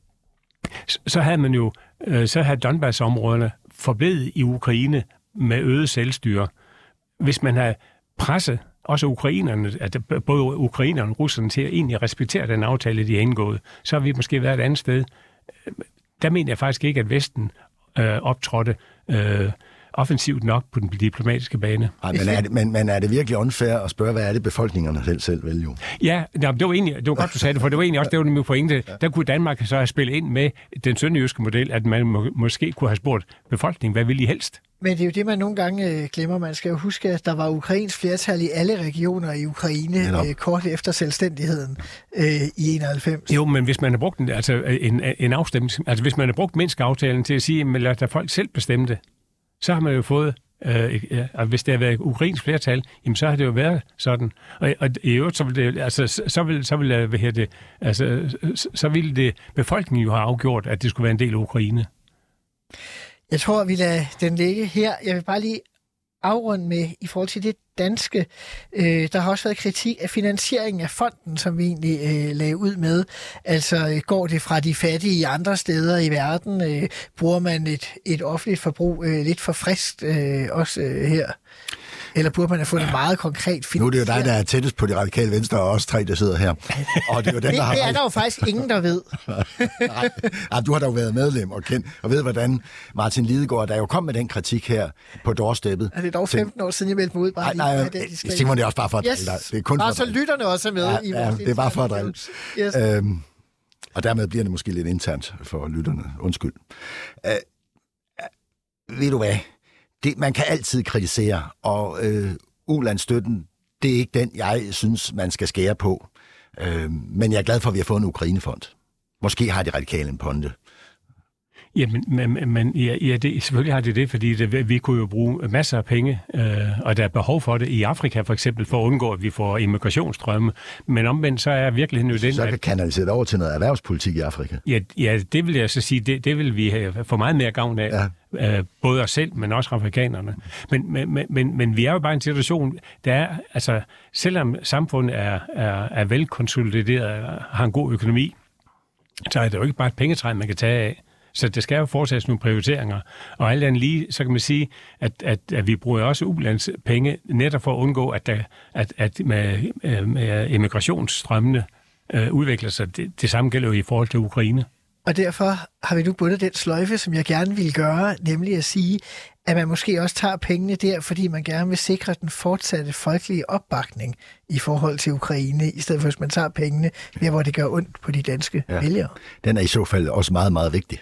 S8: så havde man jo... Øh, så havde Donbass-områderne forblevet i Ukraine med øget selvstyre. Hvis man har presset også ukrainerne, at både ukrainerne og russerne til at egentlig respektere den aftale, de har indgået, så har vi måske været et andet sted. Der mener jeg faktisk ikke, at Vesten øh, optrådte øh, offensivt nok på den diplomatiske bane.
S2: Ej, men, er det, men, men er det virkelig unfair at spørge, hvad er det befolkningerne selv, selv vil jo?
S8: Ja, det var egentlig, det var godt, du sagde det, for det var egentlig også det var min pointe. Der kunne Danmark så have spillet ind med den sønderjyske model, at man må, måske kunne have spurgt befolkningen, hvad vil I helst?
S7: Men det er jo det, man nogle gange øh, glemmer. Man skal jo huske, at der var ukrainsk flertal i alle regioner i Ukraine øh, kort efter selvstændigheden øh, i enoghalvfems.
S8: Jo, men hvis man har brugt en, altså en, en afstemning, altså hvis man har brugt Minsk-aftalen til at sige, at lad folk selv bestemme det, så har man jo fået, øh, ja, hvis det har været ukrainsk flertal, jamen så har det jo været sådan. Og, og i øvrigt, så vil det, altså, så vil, så vil, hvad her det, altså, så ville det befolkningen jo have afgjort, at det skulle være en del af Ukraine.
S7: Jeg tror, vi lader den ligge her. Jeg vil bare lige afrunde med, i forhold til det danske. Øh, der har også været kritik af finansieringen af fonden, som vi egentlig øh, lagde ud med. Altså øh, går det fra de fattige i andre steder i verden? Øh, bruger man et, et offentligt forbrug øh, lidt for friskt øh, også øh, her? Eller burde man have fundet meget konkret finansiering?
S2: Nu er det jo dig, der er tættest på de radikale venstre, og også tre, der sidder her. Og det er jo den,
S7: det,
S2: der har...
S7: det er der jo faktisk ingen, der ved.
S2: nej, nej, du har da jo været medlem og kendt, og ved, hvordan Martin Lidegaard, der jo kom med den kritik her på doorsteppet.
S7: Er det dog femten år siden, jeg meldte mig ud? Bare
S2: nej, nej, nej Simon, det er også bare for at drille
S7: yes.
S2: dig. Det er kun
S7: bare
S2: for
S7: så lytterne også er med.
S2: Ja,
S7: i
S2: ja, det er bare for at drille.
S7: Yes.
S2: Øhm, og dermed bliver det måske lidt internt for lytterne. Undskyld. Øh, øh, ved du hvad? Det, man kan altid kritisere, og øh, ulandsstøtten, det er ikke den, jeg synes, man skal skære på. Øh, men jeg er glad for, at vi har fået en Ukrainefond. Måske har de radikale en ponte.
S8: Jamen, men, men ja, ja det, selvfølgelig har det det, fordi det, vi kunne jo bruge masser af penge, øh, og der er behov for det i Afrika for eksempel, for at undgå, at vi får immigrationsstrømme. Men omvendt, så er virkeligheden jo den,
S2: så kan kanalisere over til noget erhvervspolitik i Afrika.
S8: Ja, ja det vil jeg så sige, det, det vil vi have, få meget mere gavn af. Ja. Øh, både os selv, men også afrikanerne. Men, men, men, men vi er jo bare i en situation, der er, altså, selvom samfundet er, er, er velkonsolideret, har en god økonomi, så er det jo ikke bare et pengetræ, man kan tage af. Så det skal jo foretages nogle prioriteringer. Og alt andet lige, så kan man sige, at, at, at vi bruger også ulandspenge netop for at undgå, at, der, at, at med, med immigrationsstrømmene øh, udvikler sig. Det, det samme gælder jo i forhold til Ukraine.
S7: Og derfor har vi nu bundet den sløjfe, som jeg gerne vil gøre, nemlig at sige, at man måske også tager pengene der, fordi man gerne vil sikre den fortsatte folkelige opbakning i forhold til Ukraine, i stedet for at man tager pengene der, hvor det gør ondt på de danske ja. vælgere.
S2: Den er i så fald også meget, meget vigtig.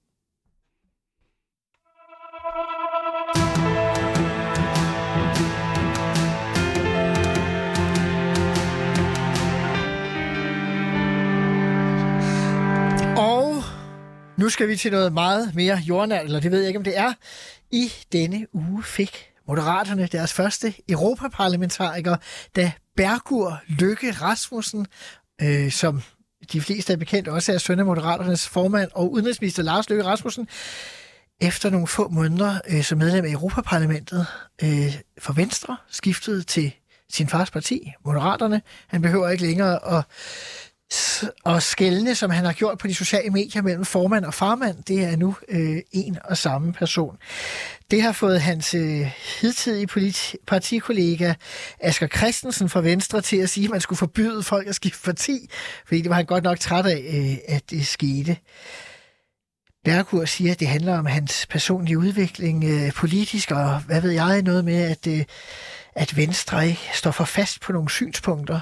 S7: Og nu skal vi til noget meget mere jordnært, eller det ved jeg ikke, om det er. I denne uge fik Moderaterne deres første europaparlamentariker, da Bergur Løkke Rasmussen, øh, som de fleste er bekendt, også er søn af Moderaternes formand og udenrigsminister Lars Løkke Rasmussen, efter nogle få måneder øh, som medlem af Europaparlamentet øh, for Venstre, skiftede til sin fars parti, Moderaterne. Han behøver ikke længere at og skældne, som han har gjort på de sociale medier mellem formand og farmand, det er nu øh, en og samme person. Det har fået hans øh, hidtidige politi- partikollega Asger Christensen fra Venstre til at sige, at man skulle forbyde folk at skifte parti, fordi det var han godt nok træt af, øh, at det skete. Bergur siger, at det handler om hans personlige udvikling øh, politisk, og hvad ved jeg, noget med, at, øh, at Venstre ikke står for fast på nogle synspunkter.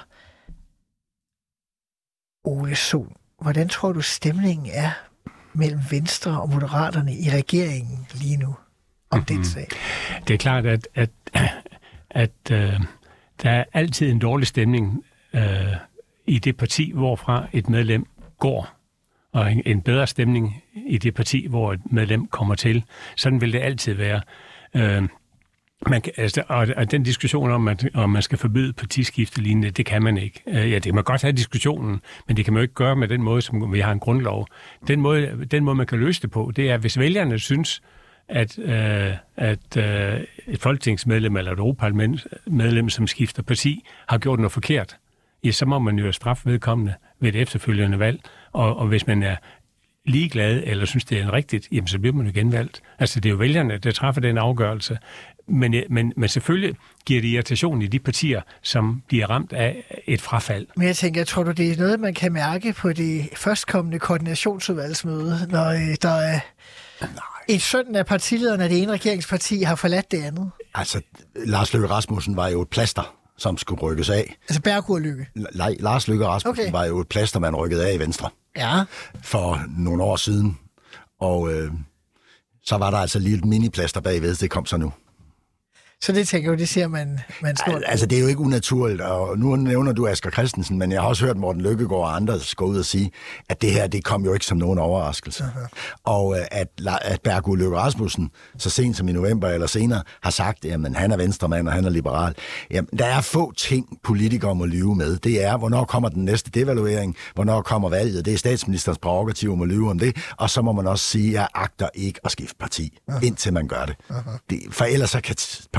S7: Ole Sohn, hvordan tror du stemningen er mellem Venstre og Moderaterne i regeringen lige nu om mm-hmm. den sag?
S8: Det er klart, at, at, at øh, der er altid en dårlig stemning øh, i det parti, hvorfra et medlem går, og en, en bedre stemning i det parti, hvor et medlem kommer til. Sådan vil det altid være. Øh, Man kan, altså, og, og den diskussion om, at om man skal forbyde partiskifte lignende, det kan man ikke. Uh, ja, det kan man godt have diskussionen, men det kan man jo ikke gøre med den måde, som vi har en grundlov. Den måde, den måde man kan løse det på, det er, hvis vælgerne synes, at, uh, at uh, et folketingsmedlem eller et europaparlamentsmedlem, som skifter parti, har gjort noget forkert, ja, så må man jo straffe vedkommende ved et efterfølgende valg. Og, og hvis man er ligeglad eller synes, det er rigtigt, jamen så bliver man jo genvalgt. Altså, det er jo vælgerne, der træffer den afgørelse. Men, men, men selvfølgelig giver det irritation i de partier, som bliver ramt af et frafald.
S7: Men jeg tænker, jeg tror du, det er noget, man kan mærke på det førstkommende koordinationsudvalgsmøde, når øh, der er et sådan af partilederne af det ene regeringsparti har forladt det andet?
S2: Altså, Lars Løkke Rasmussen var jo et plaster, som skulle rykkes af.
S7: Altså Bergur Løkke?
S2: Nej, Lars Løkke Rasmussen okay. var jo et plaster, man rykkede af i Venstre.
S7: Ja. For
S2: nogle år siden. Og øh, så var der altså lige et mini-plaster bagved, det kom så nu.
S7: Så det tænker jeg, det siger man, man stort.
S2: Altså, det er jo ikke unaturligt, og nu nævner du Asger Christensen, men jeg har også hørt Morten Løkkegaard og andre gå ud og sige, at det her, det kom jo ikke som nogen overraskelse. Uh-huh. Og at, at Bergur Løkke Rasmussen, så sent som i november eller senere, har sagt, at han er venstremand, og han er liberal. Jamen, der er få ting, politikere må lyve med. Det er, hvornår kommer den næste devaluering, hvornår kommer valget, det er statsministerens prærogativ må lyve om det, og så må man også sige, at jeg agter ikke at skifte parti, uh-huh. indtil man gør det. Uh-huh. det for ellers så kan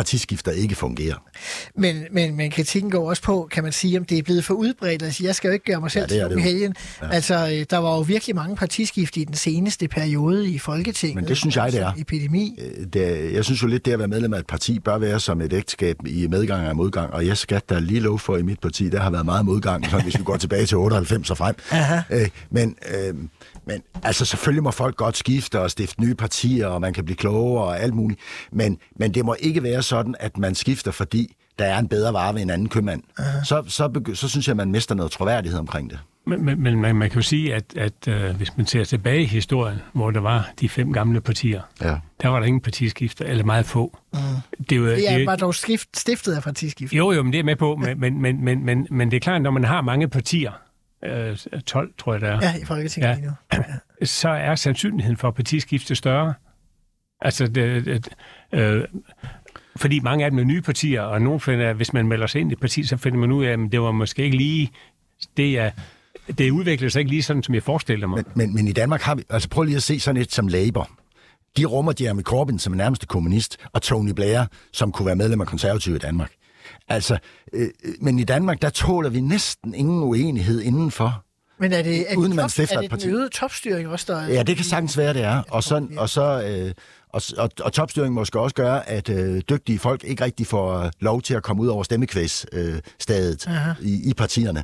S2: partiskifter ikke fungerer.
S7: Men, men, men kritikken går også på, kan man sige, om det er blevet for udbredt. Altså, jeg skal jo ikke gøre mig selv
S2: ja,
S7: til helgen. Ja. Altså, der var jo virkelig mange partiskifte i den seneste periode i Folketinget.
S2: Men det synes jeg, det er.
S7: Epidemi.
S2: Det, jeg synes jo lidt, det at være medlem af et parti bør være som et ægteskab i medgang og modgang. Og jeg skal da lige lov for i mit parti, der har været meget modgang, hvis vi går tilbage til otteoghalvfems og frem. Øh, men, øh, men altså, selvfølgelig må folk godt skifte og stifte nye partier, og man kan blive klogere og alt muligt. Men, men det må ikke være sådan, at man skifter, fordi der er en bedre vare ved en anden købmand. Så, så, begy- så synes jeg, at man mister noget troværdighed omkring det.
S8: Men, men, men man, man kan jo sige, at, at uh, hvis man ser tilbage i historien, hvor der var de fem gamle partier, ja. Der var der ingen partiskifter, eller meget få. Mm. Det, var,
S7: det er, var dog skift, stiftet af partiskifter.
S8: Jo, jo, men det er med på, men, men, men, men, men, men det er klart, når man har mange partier, øh, tolv tror jeg, der er.
S7: Ja, i Folketinget lige nu.
S8: Ja. Så er sandsynligheden for partiskifte større. Altså, det, det, øh, fordi mange af dem er nye partier, og nogen finder, at hvis man melder sig ind i et parti, så finder man ud af, at det var måske ikke lige det, er, det udvikler sig ikke lige sådan, som jeg forestiller mig.
S2: Men, men, men i Danmark har vi, altså prøv lige at se sådan et som Labour. De rummer Jeremy Corbyn som nærmeste kommunist, og Tony Blair, som kunne være medlem af konservative i Danmark. Altså, øh, men i Danmark, der tåler vi næsten ingen uenighed indenfor.
S7: Men er det, er
S2: uden
S7: det,
S2: man
S7: top, er
S2: et
S7: det den øgede topstyring også, der er...
S2: Ja, det kan sagtens være, det er. Og så, og så øh, og, og, og topstyring måske også gøre, at øh, dygtige folk ikke rigtig får øh, lov til at komme ud over stemmekvægsstedet øh, i, i partierne.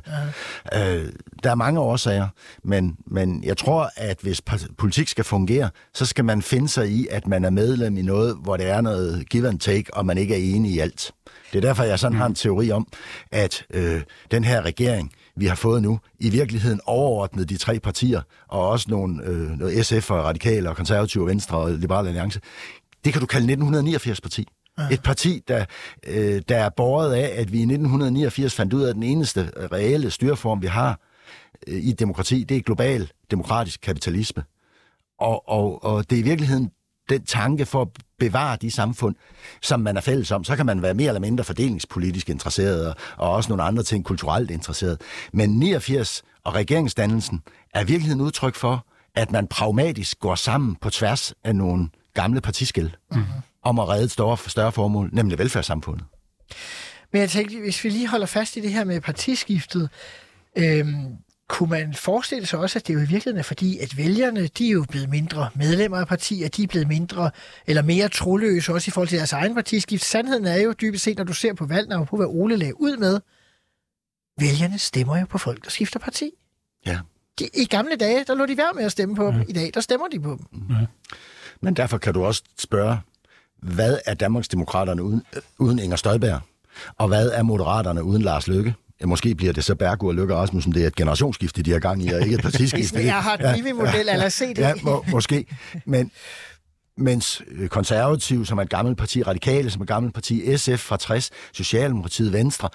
S2: Øh, der er mange årsager, men, men jeg tror, at hvis politik skal fungere, så skal man finde sig i, at man er medlem i noget, hvor det er noget give and take, og man ikke er enig i alt. Det er derfor, jeg sådan har en teori om, at øh, den her regering, vi har fået nu, i virkeligheden overordnet de tre partier, og også nogle, øh, noget S F og Radikale og Konservative og Venstre og Liberale Alliance. Det kan du kalde nitten niogfirs-parti. Ja. Et parti, der, øh, der er båret af, at vi i nitten niogfirs fandt ud af, at den eneste reelle styreform, vi har øh, i et demokrati, det er global demokratisk kapitalisme. Og, og, og det er i virkeligheden den tanke for at bevare de samfund, som man er fælles om. Så kan man være mere eller mindre fordelingspolitisk interesseret, og, og også nogle andre ting kulturelt interesseret. Men niogfirs og regeringsdannelsen er i virkeligheden udtryk for, at man pragmatisk går sammen på tværs af nogle gamle partiskel mm-hmm. om at redde et større, større formål, nemlig velfærdssamfundet.
S7: Men jeg tænkte, hvis vi lige holder fast i det her med partiskiftet, øhm kunne man forestille sig også, at det jo i virkeligheden er fordi, at vælgerne, de er jo blevet mindre medlemmer af partier, de er blevet mindre eller mere troløse også i forhold til deres egen partiskift. Sandheden er jo dybest set, når du ser på valgene og på, hvad Ole lagde ud med, vælgerne stemmer jo på folk, der skifter parti.
S2: Ja.
S7: De, I gamle dage, der lå de være med at stemme på dem. I dag, der stemmer de på dem.
S2: Ja. Men derfor kan du også spørge, hvad er Danmarksdemokraterne uden, uden Inger Støjberg? Og hvad er Moderaterne uden Lars Løkke? Måske bliver det så Bergo og Løkke Rasmussen, det er et generationsskifte, de har gang i, og ikke et partiskifte.
S7: Jeg har et Vivi-model, ja, eller se det.
S2: Ja, må, måske. Men mens Konservative, som er et gammelt parti, Radikale, som er et gammelt parti, S F fra tres, Socialdemokratiet, Venstre,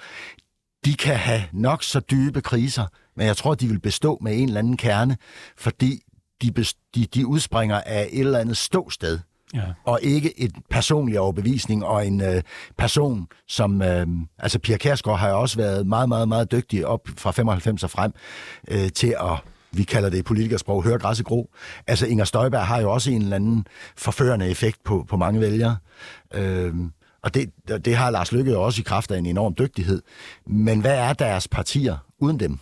S2: de kan have nok så dybe kriser, men jeg tror, de vil bestå med en eller anden kerne, fordi de, de, de udspringer af et eller andet ståsted. Ja. Og ikke et personlig overbevisning og en øh, person, som... Øh, altså, Pia Kjærsgaard har jo også været meget, meget, meget dygtig op fra femoghalvfems og frem øh, til at, vi kalder det i politikersprog, høre græs i gro. Altså, Inger Støjberg har jo også en eller anden forførende effekt på, på mange vælgere. Øh, og det, det har Lars Løkke jo også i kraft af en enorm dygtighed. Men hvad er deres partier uden dem?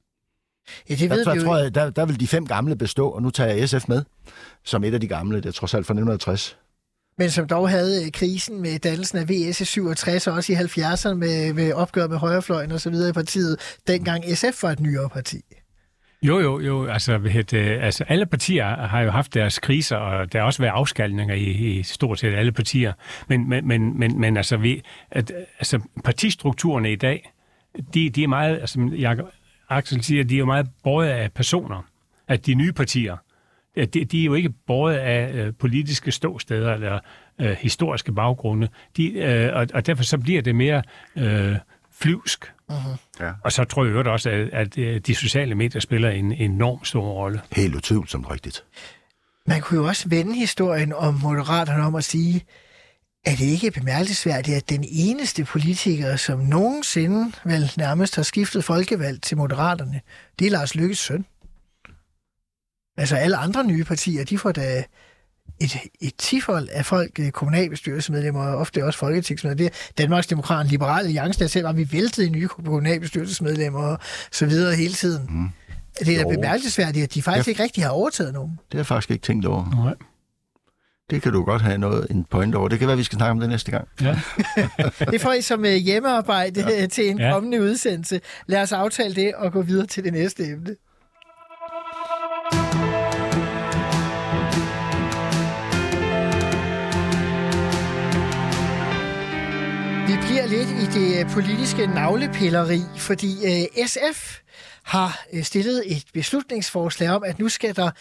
S7: Ja, det ved
S2: der,
S7: vi jo.
S2: Tror jeg, der, der vil de fem gamle bestå, og nu tager jeg S F med, som et af de gamle, det er trods alt fra nitten tres.
S7: Men som dog havde krisen med dannelsen af V S i syvogtres, og også i halvfjerdserne med, med opgør med højrefløjen og så videre i partiet, dengang S F var et nyere parti.
S8: Jo, jo, jo. Altså, det, altså alle partier har jo haft deres kriser, og der har også været afskalninger i, i stort set alle partier. Men, men, men, men, men altså, vi, at, altså, partistrukturerne i dag, de, de er meget... Altså, jeg, Axel siger, at de er jo meget båret af personer, at de nye partier, de, de er jo ikke båret af øh, politiske ståsteder eller øh, historiske baggrunde, de, øh, og, og derfor så bliver det mere øh, flyvsk. Uh-huh. Ja. Og så tror jeg jo også, at, at, at de sociale medier spiller en enorm stor rolle.
S2: Helt utvivlsomt rigtigt.
S7: Man kunne jo også vende historien om Moderaterne om at sige, er det ikke bemærkelsesværdigt, at den eneste politiker, som nogensinde vel nærmest har skiftet folkevalg til Moderaterne, det er Lars Løkkes søn. Altså alle andre nye partier, de får da et, et tifold af folk, kommunalbestyrelsesmedlemmer og ofte også folketingsmedlemmer. Det er Danmarks Demokraten, Liberale Alliance, der selv var, vi væltede nye kommunalbestyrelsesmedlemmer og så videre hele tiden. Mm. Det er da bemærkelsesværdigt, at de faktisk jeg... ikke rigtig har overtaget nogen.
S2: Det har jeg faktisk ikke tænkt over.
S8: Nej.
S2: Det kan du godt have noget, en point over. Det kan være, vi skal snakke om det næste gang.
S8: Ja.
S7: Det får I som hjemmearbejde ja. til en ja. kommende udsendelse. Lad os aftale det og gå videre til det næste emne. Vi bliver lidt i det politiske navlepilleri, fordi S F har stillet et beslutningsforslag om, at nu skal der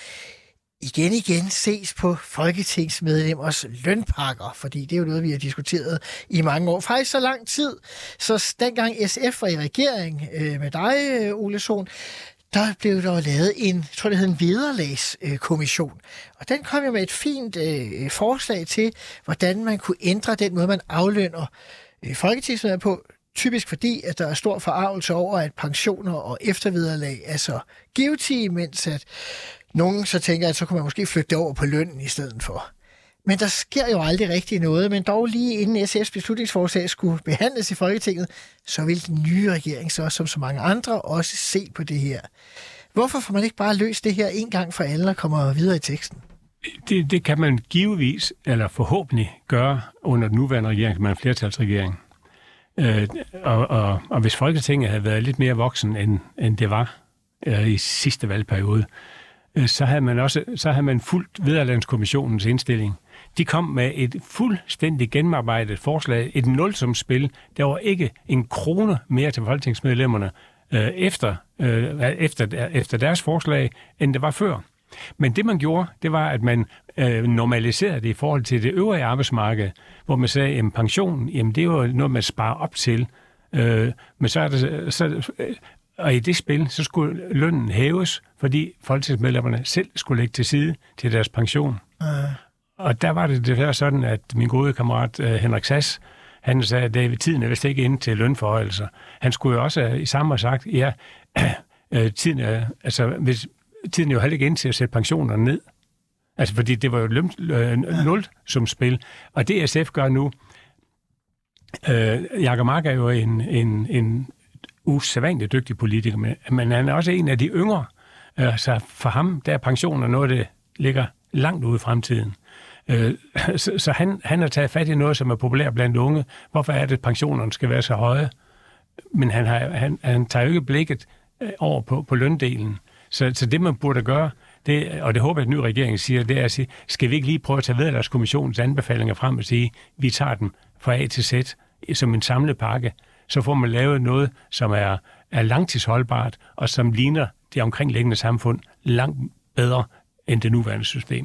S7: igen igen ses på folketingsmedlemmers lønpakker, fordi det er jo noget, vi har diskuteret i mange år. Faktisk så lang tid, så dengang S F var i regering øh, med dig, Ole Sohn, der blev der lavet en, jeg tror det hed en vederlagskommission. Og den kom jo med et fint øh, forslag til, hvordan man kunne ændre den måde, man aflønner øh, folketingsmedlemmer på. Typisk fordi, at der er stor forarvelse over, at pensioner og eftervederlag er så givtige, mens at nogen så tænker, at så kunne man måske flytte det over på lønnen i stedet for. Men der sker jo aldrig rigtig noget, men dog lige inden S F's beslutningsforslag skulle behandles i Folketinget, så vil den nye regering så, som så mange andre, også se på det her. Hvorfor får man ikke bare løst det her en gang for alle og kommer videre i teksten?
S8: Det, det kan man givetvis, eller forhåbentlig, gøre under den nuværende regering, som er en flertalsregering. Øh, og, og, og hvis Folketinget havde været lidt mere voksen, end, end det var øh, i sidste valgperiode, øh, så havde man også så havde man fulgt Vederlagskommissionens indstilling. De kom med et fuldstændig gennemarbejdet forslag, et nulsumsspil. Der var ikke en krone mere til folketingsmedlemmerne øh, efter, øh, efter, efter deres forslag, end det var før. Men det man gjorde, det var, at man øh, normaliserede det i forhold til det øvrige arbejdsmarked, hvor man sagde, at pension, jamen det er jo noget, man sparer op til. Øh, men så er det, så, øh, og i det spil, så skulle lønnen hæves, fordi folketingsmedlemmerne selv skulle lægge til side til deres pension. Uh. Og der var det desværre sådan, at min gode kammerat øh, Henrik Sass, han sagde, at det, tiden er vist ikke inde til lønforhøjelser. Han skulle jo også i samme sagt, ja, øh, tiden er, altså hvis tiden er jo heller ikke ind til at sætte pensionerne ned. Altså, fordi det var jo løn, øh, nul som spil. Og det S F gør nu, øh, Jakob Mark er jo en, en, en usædvanligt dygtig politiker, men, men han er også en af de yngre. Øh, så for ham, der er pensioner noget, der ligger langt ude i fremtiden. Øh, så så han, han har taget fat i noget, som er populært blandt unge. Hvorfor er det, at pensionerne skal være så høje? Men han, har, han, han tager jo ikke blikket over på, på løndelen. Så, så det, man burde gøre, det, og det håber jeg, at den nye regering siger, det er at sige, skal vi ikke lige prøve at tage Vederlagskommissionens anbefalinger frem og sige, vi tager dem fra A til Z som en samlet pakke, så får man lavet noget, som er, er langtidsholdbart, og som ligner det omkringliggende samfund langt bedre end det nuværende system.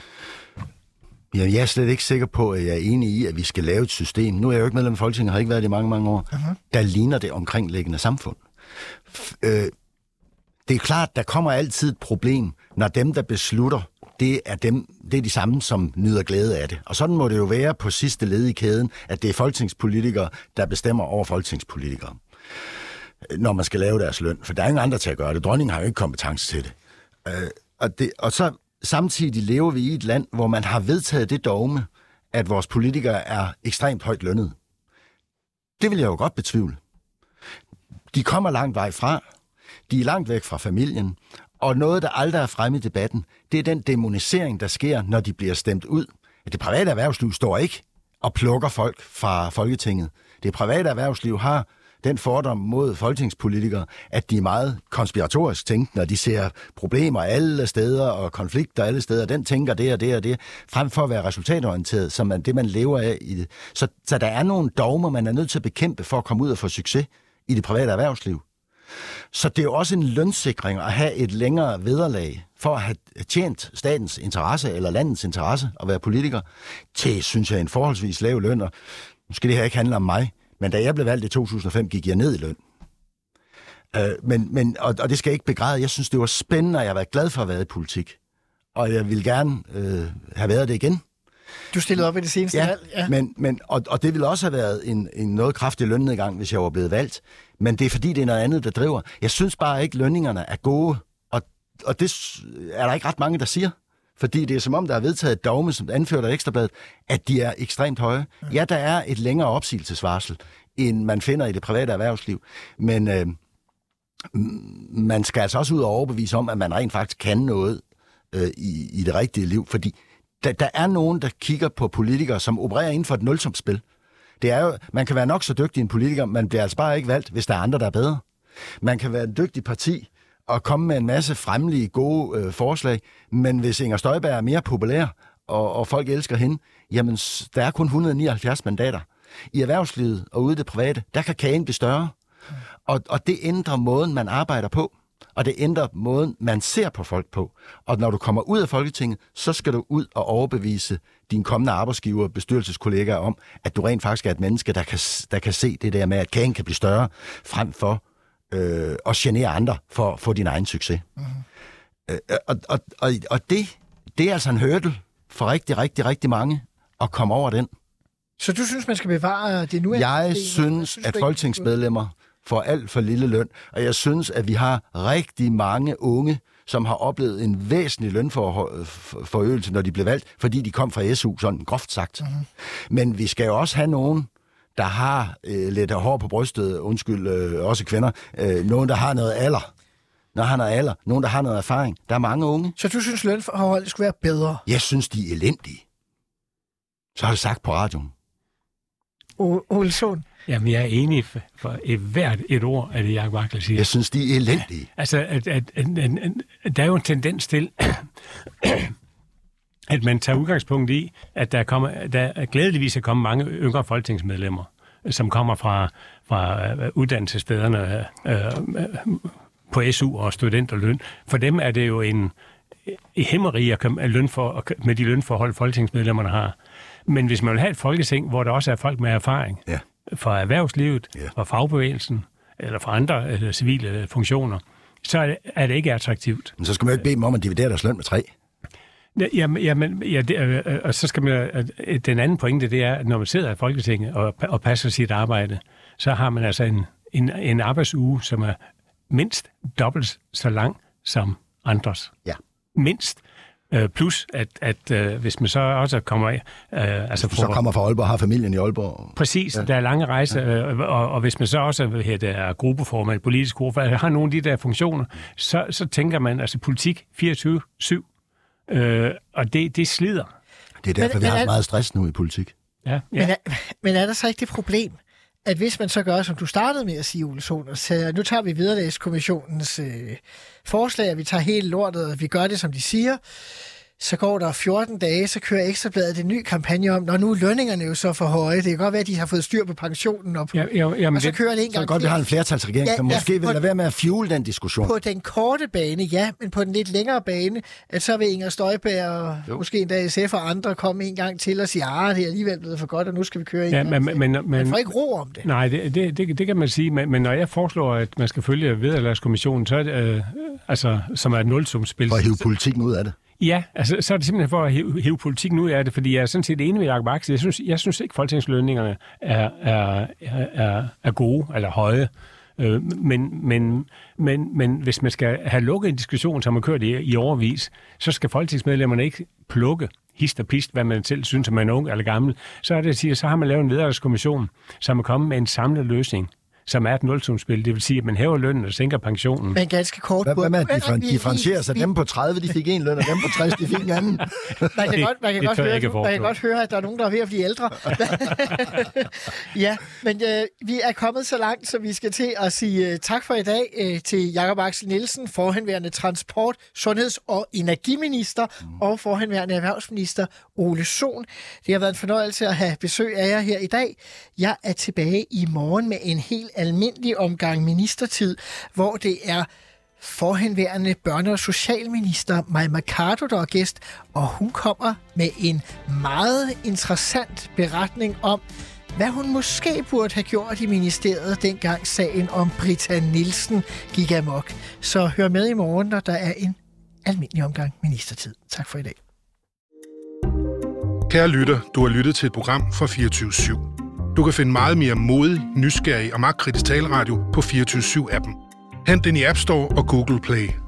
S2: Ja, jeg er slet ikke sikker på, at jeg er enig i, at vi skal lave et system. Nu er jeg jo ikke medlem af Folketinget, har ikke været det i mange, mange år. Uh-huh. Der ligner det omkringliggende samfund. F- øh, Det er klart, der kommer altid et problem, når dem, der beslutter, det er, dem, det er de samme, som nyder glæde af det. Og sådan må det jo være på sidste led i kæden, at det er folketingspolitikere, der bestemmer over folketingspolitikere, når man skal lave deres løn. For der er ingen andre til at gøre det. Dronningen har jo ikke kompetence til det. Øh, og, det og så samtidig lever vi i et land, hvor man har vedtaget det dogme, at vores politikere er ekstremt højt lønnet. Det vil jeg jo godt betvivle. De kommer langt vej fra. De er langt væk fra familien, og noget, der aldrig er fremme i debatten, det er den dæmonisering, der sker, når de bliver stemt ud. Det private erhvervsliv står ikke og plukker folk fra Folketinget. Det private erhvervsliv har den fordom mod folketingspolitikere, at de er meget konspiratorisk tænkende, når de ser problemer alle steder og konflikter alle steder. Den tænker det og det og det, frem for at være resultatorienteret, som er det, man lever af i det. Så, så der er nogle dogmer, man er nødt til at bekæmpe for at komme ud og få succes i det private erhvervsliv. Så det er jo også en lønsikring at have et længere vederlag for at have tjent statens interesse eller landets interesse at være politiker til, synes jeg, en forholdsvis lav løn. Og nu skal det her ikke handle om mig, men da jeg blev valgt i to tusind og fem, gik jeg ned i løn. Øh, men, men, og, og det skal jeg ikke begræde. Jeg synes, det var spændende, og jeg har været glad for at være i politik. Og jeg vil gerne øh, have været det igen.
S7: Du stillede op i det seneste
S2: ja,
S7: valg. Ja,
S2: men, men, og, og det ville også have været en, en noget kraftig lønnedgang, hvis jeg var blevet valgt. Men det er fordi, det er noget andet, der driver. Jeg synes bare ikke, lønningerne er gode, og, og det er der ikke ret mange, der siger. fordi det er som om, der er vedtaget et dogme, som anfører af Ekstrabladet, at de er ekstremt høje. Ja, der er et længere opsigelsesvarsel, end man finder i det private erhvervsliv. Men øh, man skal altså også ud og overbevise om, at man rent faktisk kan noget øh, i, i det rigtige liv, fordi der, der er nogen, der kigger på politikere, som opererer inden for et nulsumsspil. Det er jo, man kan være nok så dygtig en politiker, man bliver altså bare ikke valgt, hvis der er andre, der er bedre. Man kan være en dygtig parti og komme med en masse fremlige, gode øh, forslag, men hvis Inger Støjberg er mere populær, og, og folk elsker hende, jamen, der er kun et hundrede og nioghalvfjerds mandater. I erhvervslivet og ude i det private, der kan kagen blive større. Og, og det ændrer måden, man arbejder på, og det ændrer måden, man ser på folk på. Og når du kommer ud af Folketinget, så skal du ud og overbevise dine kommende arbejdsgiver og bestyrelseskollegaer om, at du rent faktisk er et menneske, der kan, der kan se det der med, at kagen kan blive større, frem for øh, at genere andre for at få din egen succes. Mm-hmm. Øh, og og, og, og det, det er altså en hurdle for rigtig, rigtig, rigtig mange at komme over den.
S7: Så du synes, man skal bevare det nu?
S2: Jeg det, synes, synes, at folketingsmedlemmer får alt for lille løn, og jeg synes, at vi har rigtig mange unge, som har oplevet en væsentlig lønforøgelse, når de blev valgt, fordi de kom fra S U, sådan groft sagt. Mm-hmm. Men vi skal jo også have nogen, der har øh, lidt hår på brystet, undskyld, øh, også kvinder, øh, nogen, der har noget alder, når han har alder, nogen, der har noget erfaring. Der er mange unge.
S7: Så du synes, lønforholdet skulle være bedre?
S2: Jeg synes, de er elendige. Så har jeg sagt på radioen.
S7: Olsson?
S8: Jamen, jeg er enig for, for et hvert et ord af det, Jacob Wachler siger.
S2: Jeg synes, de er elendige.
S8: Altså, at, at, at, at, at der er jo en tendens til, at man tager udgangspunkt i, at der, kommer, der glædeligvis er kommet mange yngre folketingsmedlemmer, som kommer fra, fra uddannelsesstederne øh, på S U og studenterløn. For dem er det jo en hæmmeri af løn for, med de lønforhold, folketingsmedlemmerne har. Men hvis man vil have et folketing, hvor der også er folk med erfaring, ja. Fra erhvervslivet, ja. Fra fagbevægelsen, eller fra andre eller civile funktioner, så er det, er det ikke attraktivt.
S2: Men så skal man jo ikke bede dem om at dividere deres løn med tre.
S8: Jamen, jamen ja, det, og så skal man, den anden pointe, det er, at når man sidder i Folketinget og, og passer sit arbejde, så har man altså en, en, en arbejdsuge, som er mindst dobbelt så lang som andres.
S2: Ja.
S8: Mindst. Plus, at, at øh, hvis man så også kommer... Øh, altså
S2: så kommer fra Aalborg og har familien i Aalborg.
S8: Præcis, ja. Der er lange rejser, øh, og, og hvis man så også her, der er gruppeformand, politisk gruppeformand, har nogle af de der funktioner, så, så tænker man, altså politik fireogtyve syv, øh, og det, det slider.
S2: Det er derfor, men, vi har er, meget stress nu i politik.
S8: Ja, ja.
S7: Men, er, men er der så ikke det problem, at hvis man så gør, som du startede med at sige, Olsson, og siger, nu tager vi Vederlagskommissionens øh, forslag, og vi tager hele lortet, og vi gør det, som de siger, så går der fjorten dage, så kører Ekstrabladet en ny kampagne om, når nu er lønningerne jo så for høje. Det kan godt være, at de har fået styr på pensionen, og, på, ja, ja, jamen, og så kører det en gang.
S2: Så er det godt, vi har en flertalsregering, ja, som måske ja, vil lade være med at fuel den diskussion.
S7: På den korte bane, ja, men på den lidt længere bane, at så vil Inger Støjberg og jo. Måske endda S F og andre komme en gang til og sige, ah, det er alligevel blevet for godt, og nu skal vi køre en
S8: ja,
S7: gang.
S8: Men, men, men,
S7: man får ikke ro om det.
S8: Nej, det, det, det, det kan man sige, men, men når jeg foreslår, at man skal følge Vederlagskommissionen, så er det, øh, altså, som er et nulsumsspil.
S2: For at hive politikken ud af det.
S8: Ja, altså, så er det simpelthen for at hive, hive politikken ud af det, fordi jeg er sådan set enig med Jacob Wachler. Jeg synes, jeg synes ikke, at folketingslønningerne er, er, er, er gode eller høje. Øh, men, men, men, men hvis man skal have lukket en diskussion, som man kørt i, i overvis, så skal folketingsmedlemmerne ikke plukke hist og pist, hvad man selv synes, at man er ung eller gammel. Så er det at sige, så har man lavet en vederlagskommission, som er kommet med en samlet løsning, som er et nulsumsspil. Det vil sige, at man hæver lønnen og sænker pensionen.
S7: Men ganske kort...
S2: Hvad, hvad med, at de differentierer sig? Dem på tredive, de fik en løn, og dem på tres, de fik en anden.
S7: Man kan, godt, man kan, godt, høre, man kan godt høre, at der er nogen, der er ved at blive ældre. Ja, men øh, vi er kommet så langt, så vi skal til at sige uh, tak for i dag uh, til Jacob Axel Nielsen, forhenværende transport-, sundheds- og energiminister, mm. og forhenværende erhvervsminister Ole Sohn. Det har været en fornøjelse at have besøg af jer her i dag. Jeg er tilbage i morgen med en helt almindelig omgang ministertid, hvor det er forhenværende børne- og socialminister Mai Mercado, der er gæst, og hun kommer med en meget interessant beretning om, hvad hun måske burde have gjort i ministeriet, dengang sagen om Britta Nielsen gik amok. Så hør med i morgen, når der er en almindelig omgang ministertid. Tak for i dag.
S9: Kære lytter, du har lyttet til et program fra fireogtyve syv. Du kan finde meget mere modig, nysgerrig og magtkritisk taleradio på fireogtyve syv appen. Hent den i App Store og Google Play.